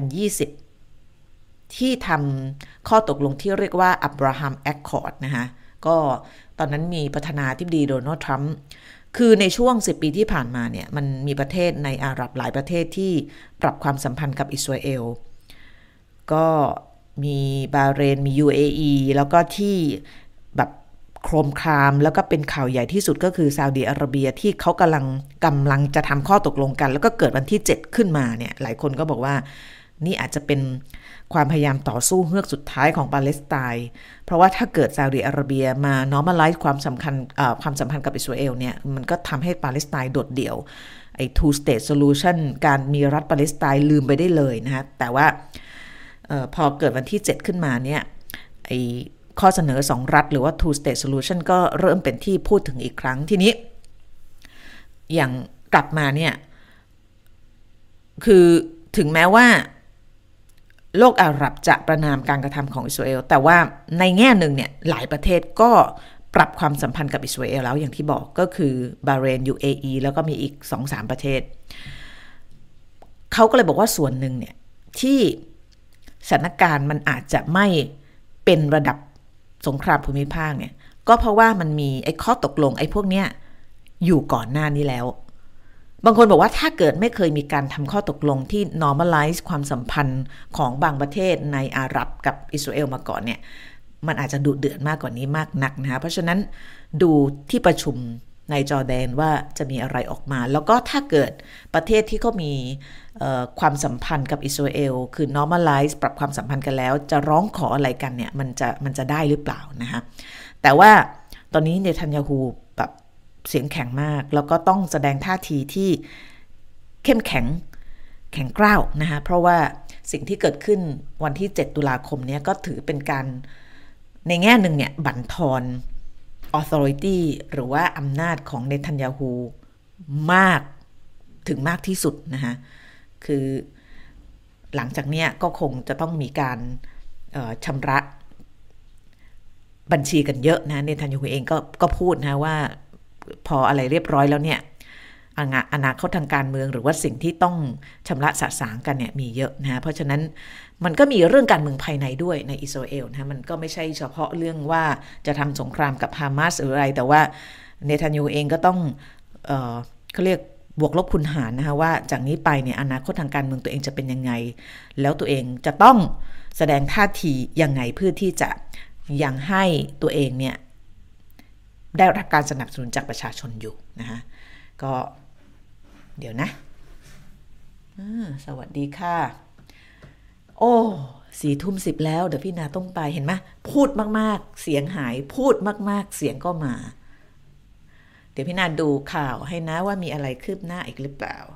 2020 ที่ทำข้อตกลงที่เรียกว่าอับราฮัมแอคคอร์ดนะคะก็ตอนนั้นมีประธานาธิบดีโดนัลด์ทรัมป์คือในช่วง10 ปีที่ผ่านมาเนี่ยมันมีประเทศในอาหรับหลายประเทศที่ปรับความสัมพันธ์กับอิสราเอลก็มีบาห์เรนมี UAE แล้วก็ที่แบบโครมครามแล้วก็เป็นข่าวใหญ่ที่สุดก็คือซาอุดิอาระเบียที่เขากำลังจะทำข้อตกลงกันแล้วก็เกิดวันที่7ขึ้นมาเนี่ยหลายคนก็บอกว่านี่อาจจะเป็นความพยายามต่อสู้เฮือกสุดท้ายของปาเลสไตน์เพราะว่าถ้าเกิดซาอุดิอาระเบียมา normalize ความสัมพันธ์กับอิสราเอลเนี่ยมันก็ทำให้ปาเลสไตน์โดดเดี่ยวไอ้ two state solution การมีรัฐปาเลสไตน์ลืมไปได้เลยนะฮะแต่ว่าพอเกิดวันที่7ขึ้นมาเนี่ยไอ้ข้อเสนอ2รัฐหรือว่า two state solution ก็เริ่มเป็นที่พูดถึงอีกครั้งทีนี้อย่างกลับมาเนี่ยคือถึงแม้ว่าโลกอาหรับจะประณามการกระทำของอิสราเอลแต่ว่าในแง่หนึ่งเนี่ยหลายประเทศก็ปรับความสัมพันธ์กับอิสราเอลแล้วอย่างที่บอกก็คือบาห์เรน UAE แล้วก็มีอีก 2-3 ประเทศเขาก็เลยบอกว่าส่วนหนึ่งเนี่ยที่สถานการณ์มันอาจจะไม่เป็นระดับสงครามภูมิภาคเนี่ยก็เพราะว่ามันมีไอ้ข้อตกลงไอ้พวกเนี้ยอยู่ก่อนหน้านี้แล้วบางคนบอกว่าถ้าเกิดไม่เคยมีการทำข้อตกลงที่ normalize ความสัมพันธ์ของบางประเทศในอาหรับกับอิสราเอลมาก่อนเนี่ยมันอาจจะดุเดือดมากกว่านี้มากนักนะคะเพราะฉะนั้นดูที่ประชุมในจอร์แดนว่าจะมีอะไรออกมาแล้วก็ถ้าเกิดประเทศที่เขามีความสัมพันธ์กับอิสราเอลคือ normalize ปรับความสัมพันธ์กันแล้วจะร้องขออะไรกันเนี่ยมันจะได้หรือเปล่านะคะแต่ว่าตอนนี้เนทันยาฮูแบบเสียงแข็งมากแล้วก็ต้องแสดงท่าทีที่เข้มแข็งกร้าวนะคะเพราะว่าสิ่งที่เกิดขึ้นวันที่7 ตุลาคมนี้ก็ถือเป็นการในแง่หนึ่งเนี่ยบั่นทอน authority หรือว่าอำนาจของเนทันยาฮูมากถึงมากที่สุดนะคะคือหลังจากนี้ก็คงจะต้องมีการชำระบัญชีกันเยอะนะเนทันยาฮูเองก็พูดนะว่าพออะไรเรียบร้อยแล้วเนี่ยอนาคตทางการเมืองหรือว่าสิ่งที่ต้องชำระสะสางกันเนี่ยมีเยอะนะเพราะฉะนั้นมันก็มีเรื่องการเมืองภายในด้วยในอิสราเอลนะมันก็ไม่ใช่เฉพาะเรื่องว่าจะทำสงครามกับฮามาสหรืออะไรแต่ว่าเนทันยาฮูเองก็ต้องเขาเรียกบวกลบคูณหารนะคะว่าจากนี้ไปเนี่ยอนาคตทางการเมืองตัวเองจะเป็นยังไงแล้วตัวเองจะต้องแสดงท่าทียังไงเพื่อที่จะยังให้ตัวเองเนี่ยได้รับการสนับสนุนจากประชาชนอยู่นะฮะก็เดี๋ยวนะสวัสดีค่ะโอ้22:10แล้วเดี๋ยวพี่นาต้องไปเห็นไหมพูดมากๆเสียงหายพูดมากๆเสียงก็มาเดี๋ยวพี่นาดูข่าวให้นะว่ามีอะไรคืบหน้าอีกหรือเปล่า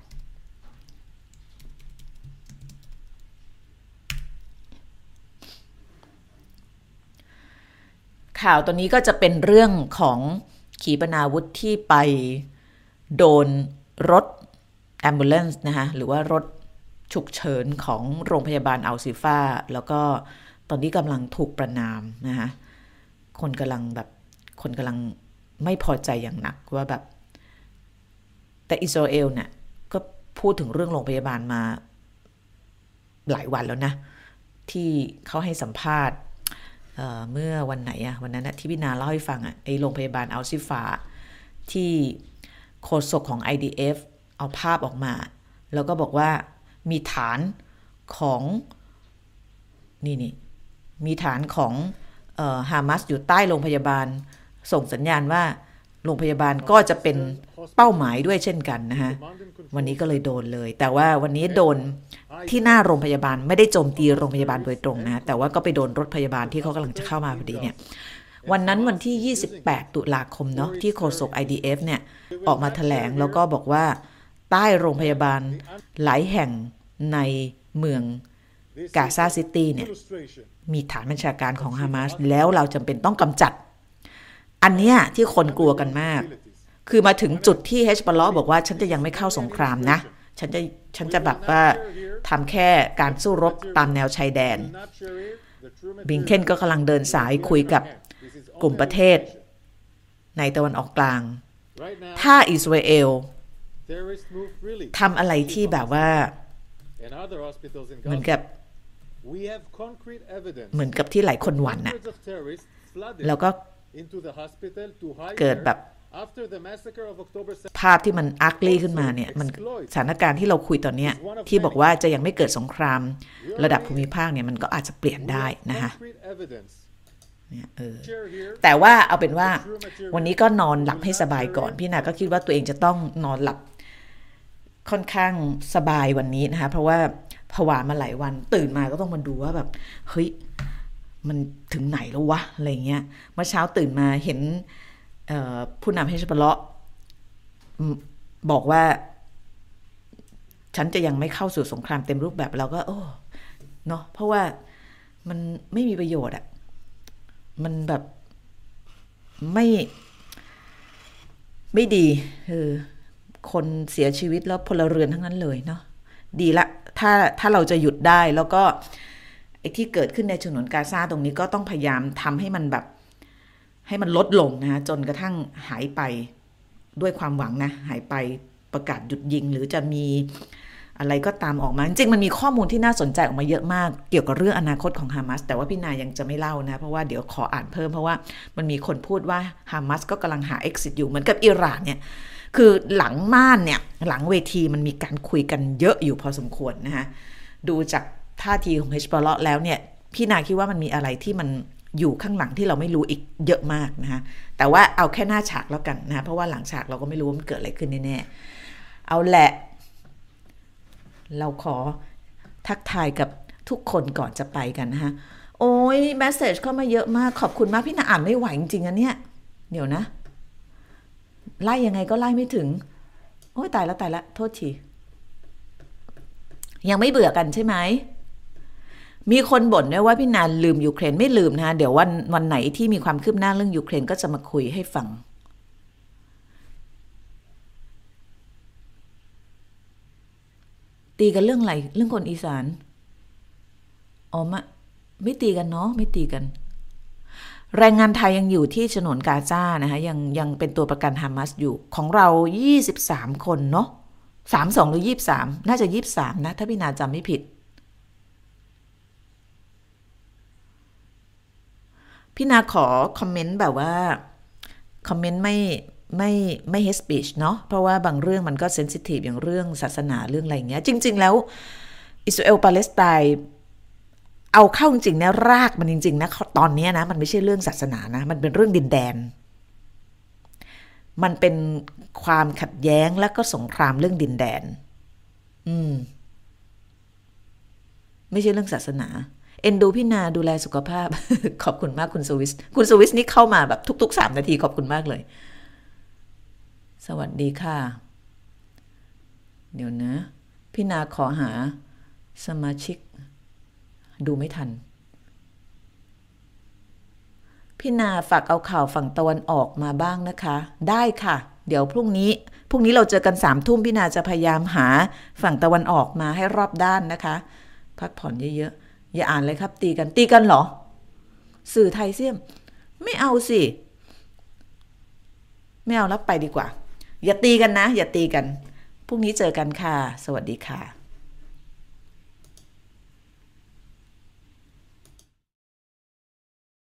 ข่าวตัวนี้ก็จะเป็นเรื่องของขีปนาวุธที่ไปโดนรถแอมบูเลนซ์นะคะหรือว่ารถฉุกเฉินของโรงพยาบาลอัลซิฟาแล้วก็ตอนนี้กำลังถูกประณามนะคะคนกำลังไม่พอใจอย่างหนักว่าแบบแต่อิสราเอลเนี่ยก็พูดถึงเรื่องโรงพยาบาลมาหลายวันแล้วนะที่เขาให้สัมภาษณ์เมื่อวันไหนอะวันนั้นนะที่พี่นาเล่าให้ฟังอะไอโรงพยาบาลอัลซิฟาที่โฆษกของ IDF เอาภาพออกมาแล้วก็บอกว่ามีฐานของนี่มีฐานของฮามาสอยู่ใต้โรงพยาบาลส่งสัญญาณว่าโรงพยาบาลก็จะเป็นเป้าหมายด้วยเช่นกันนะฮะวันนี้ก็เลยโดนเลยแต่ว่าวันนี้โดนที่หน้าโรงพยาบาลไม่ได้โจมตีโรงพยาบาลโดยตรงนะแต่ว่าก็ไปโดนรถพยาบาลที่เขากำลังจะเข้ามาพอดีเนี่ยวันนั้นวันที่28ตุลาคมเนาะที่โฆษก IDF เนี่ยออกมาแถลงแล้วก็บอกว่าใต้โรงพยาบาลหลายแห่งในเมืองกาซาซิตี้เนี่ยมีฐานบัญชาการของฮามาสแล้วเราจำเป็นต้องกำจัดอันเนี้ยที่คนกลัวกันมากคือมาถึงจุดที่เฮชบอลบอกว่าฉันจะยังไม่เข้าสงครามนะฉันจะแบบว่าทำแค่การสู้รบตามแนวชายแดนบลิงเคนก็กำลังเดินสายคุยกับกลุ่มประเทศในตะวันออกกลางถ้าอิสราเอลทำอะไรที่แบบว่าเหมือนกับที่หลายคนหวั่นน่ะแล้วก็เกิดแบบภาพที่มันอักลี่ขึ้นมาเนี่ยมันสถานการณ์ที่เราคุยตอนนี้ที่บอกว่าจะยังไม่เกิดสงครามระดับภูมิภาคเนี่ยมันก็อาจจะเปลี่ยนได้นะคะเนี่ยแต่ว่าเอาเป็นว่าวันนี้ก็นอนหลับให้สบายก่อนพี่นาก็คิดว่าตัวเองจะต้องนอนหลับค่อนข้างสบายวันนี้นะคะเพราะว่าผวามาหลายวันตื่นมาก็ต้องมาดูว่าแบบเฮ้ยมันถึงไหนแล้ววะอะไรเงี้ยเมื่อเช้าตื่นมาเห็นผู้นำเฮชบอลบอกว่าฉันจะยังไม่เข้าสู่สงครามเต็มรูปแบบเราก็โอ้เนาะเพราะว่ามันไม่มีประโยชน์อ่ะมันแบบไม่ดีคนเสียชีวิตแล้วพลเรือนทั้งนั้นเลยเนาะดีละถ้าเราจะหยุดได้แล้วก็ไอ้ที่เกิดขึ้นในฉนวนกาซาตรงนี้ก็ต้องพยายามทำให้มันแบบให้มันลดลงนะจนกระทั่งหายไปด้วยความหวังนะหายไปประกาศหยุดยิงหรือจะมีอะไรก็ตามออกมาจริงๆมันมีข้อมูลที่น่าสนใจออกมาเยอะมากเกี่ยวกับเรื่องอนาคตของฮามาสแต่ว่าพี่นายังจะไม่เล่านะเพราะว่าเดี๋ยวขออ่านเพิ่มเพราะว่ามันมีคนพูดว่าฮามาสก็กำลังหา exit อยู่เหมือนกับอิหร่านเนี่ยคือหลังม่านเนี่ยหลังเวทีมันมีการคุยกันเยอะอยู่พอสมควรนะคะดูจากท่าทีของเฮชบอลแล้วเนี่ยพี่นาคิดว่ามันมีอะไรที่มันอยู่ข้างหลังที่เราไม่รู้อีกเยอะมากนะคะแต่ว่าเอาแค่หน้าฉากแล้วกันนะเพราะว่าหลังฉากเราก็ไม่รู้ว่ามันเกิดอะไรขึ้นแน่ๆเอาแหละเราขอทักทายกับทุกคนก่อนจะไปกันนะคะโอ้ยเมสเสจเข้ามาเยอะมากขอบคุณมากพี่นาอ่านไม่ไหวจริงๆนะเนี่ยเดี๋ยวนะไล่ยังไงก็ไล่ไม่ถึงโอ้ยตายแล้วโทษทียังไม่เบื่อกันใช่ไหมมีคนบ่นด้วยว่าพี่นาลืมยูเครนไม่ลืมนะคะเดี๋ยววันไหนที่มีความคืบหน้าเรื่องยูเครนก็จะมาคุยให้ฟังตีกันเรื่องอะไรเรื่องคนอีสานอ๋อไม่ตีกันเนาะไม่ตีกันแรงงานไทยยังอยู่ที่ฉนวนกาซานะคะยังเป็นตัวประกันฮามาสอยู่ของเรา23คนเนาะ32หรือ23น่าจะ23นะถ้าพี่นาจำไม่ผิดพี่นาขอคอมเมนต์แบบว่าคอมเมนต์ไม่เฮสปีชเนาะเพราะว่าบางเรื่องมันก็เซนซิทีฟอย่างเรื่องศาสนาเรื่องอะไรอย่างเงี้ยจริงๆแล้วอิสราเอลปาเลสไตน์เอาเข้าจริงๆนะรากมันจริงๆนะตอนนี้นะมันไม่ใช่เรื่องศาสนานะมันเป็นเรื่องดินแดนมันเป็นความขัดแย้งและก็สงครามเรื่องดินแดนไม่ใช่เรื่องศาสนาเอ็นดูพี่นาดูแลสุขภาพ ขอบคุณมากคุณสวิสนี่เข้ามาแบบทุกๆ3 นาทีขอบคุณมากเลยสวัสดีค่ะเดี๋ยวนะพี่นาขอหาสมาชิกดูไม่ทันพี่นาฝากเอาข่าวฝั่งตะวันออกมาบ้างนะคะได้ค่ะเดี๋ยวพรุ่งนี้เราเจอกัน3 ทุ่มพี่นาจะพยายามหาฝั่งตะวันออกมาให้รอบด้านนะคะพักผ่อนเยอะๆอย่าอ่านเลยครับตีกันเหรอสื่อไทยเสี่ยมไม่เอาสิไม่เอาแล้วไปดีกว่าอย่าตีกันนะอย่าตีกันพรุ่งนี้เจอกันค่ะสวัสดีค่ะ